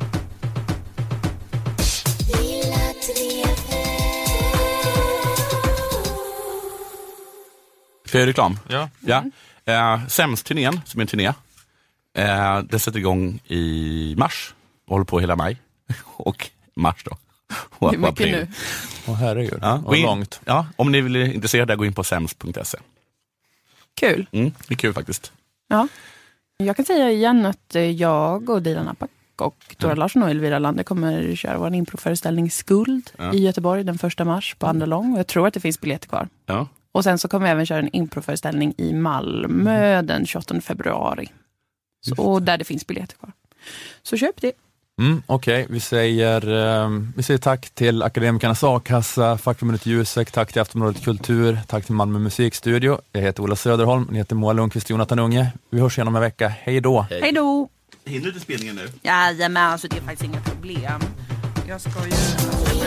För reklam? Ja. Sämst-turnén, som är en turné, det sätter igång i mars och håller på hela maj. Och mars då. Och det är mycket nu. Åh herregud, vad långt. Ja, om ni vill intresserade, gå in på sämst.se. Kul. Det är kul faktiskt. Ja. Jag kan säga igen att jag och Dilan Apak och Dora Larsson och Elvira Lander kommer köra vår improföreställning Skuld i Göteborg den 1 mars på Andra Lång. Och jag tror att det finns biljetter kvar. Ja. Och sen så kommer vi även köra en improföreställning i Malmö den 28 februari. Och där det finns biljetter kvar. Så köp det. Okej. Vi säger tack till Akademikernas A-kassa, Fackförbundet Jusek, tack till Aftonbladet Kultur, tack till Malmö Musikstudio. Jag heter Ola Söderholm, ni heter Moa Lundqvist, Jonathan Unge. Vi hörs igen om en vecka. Hej då! Hej då! Hinner du till spelningen nu? Ja, men alltså det är faktiskt inga problem. Jag ska ju...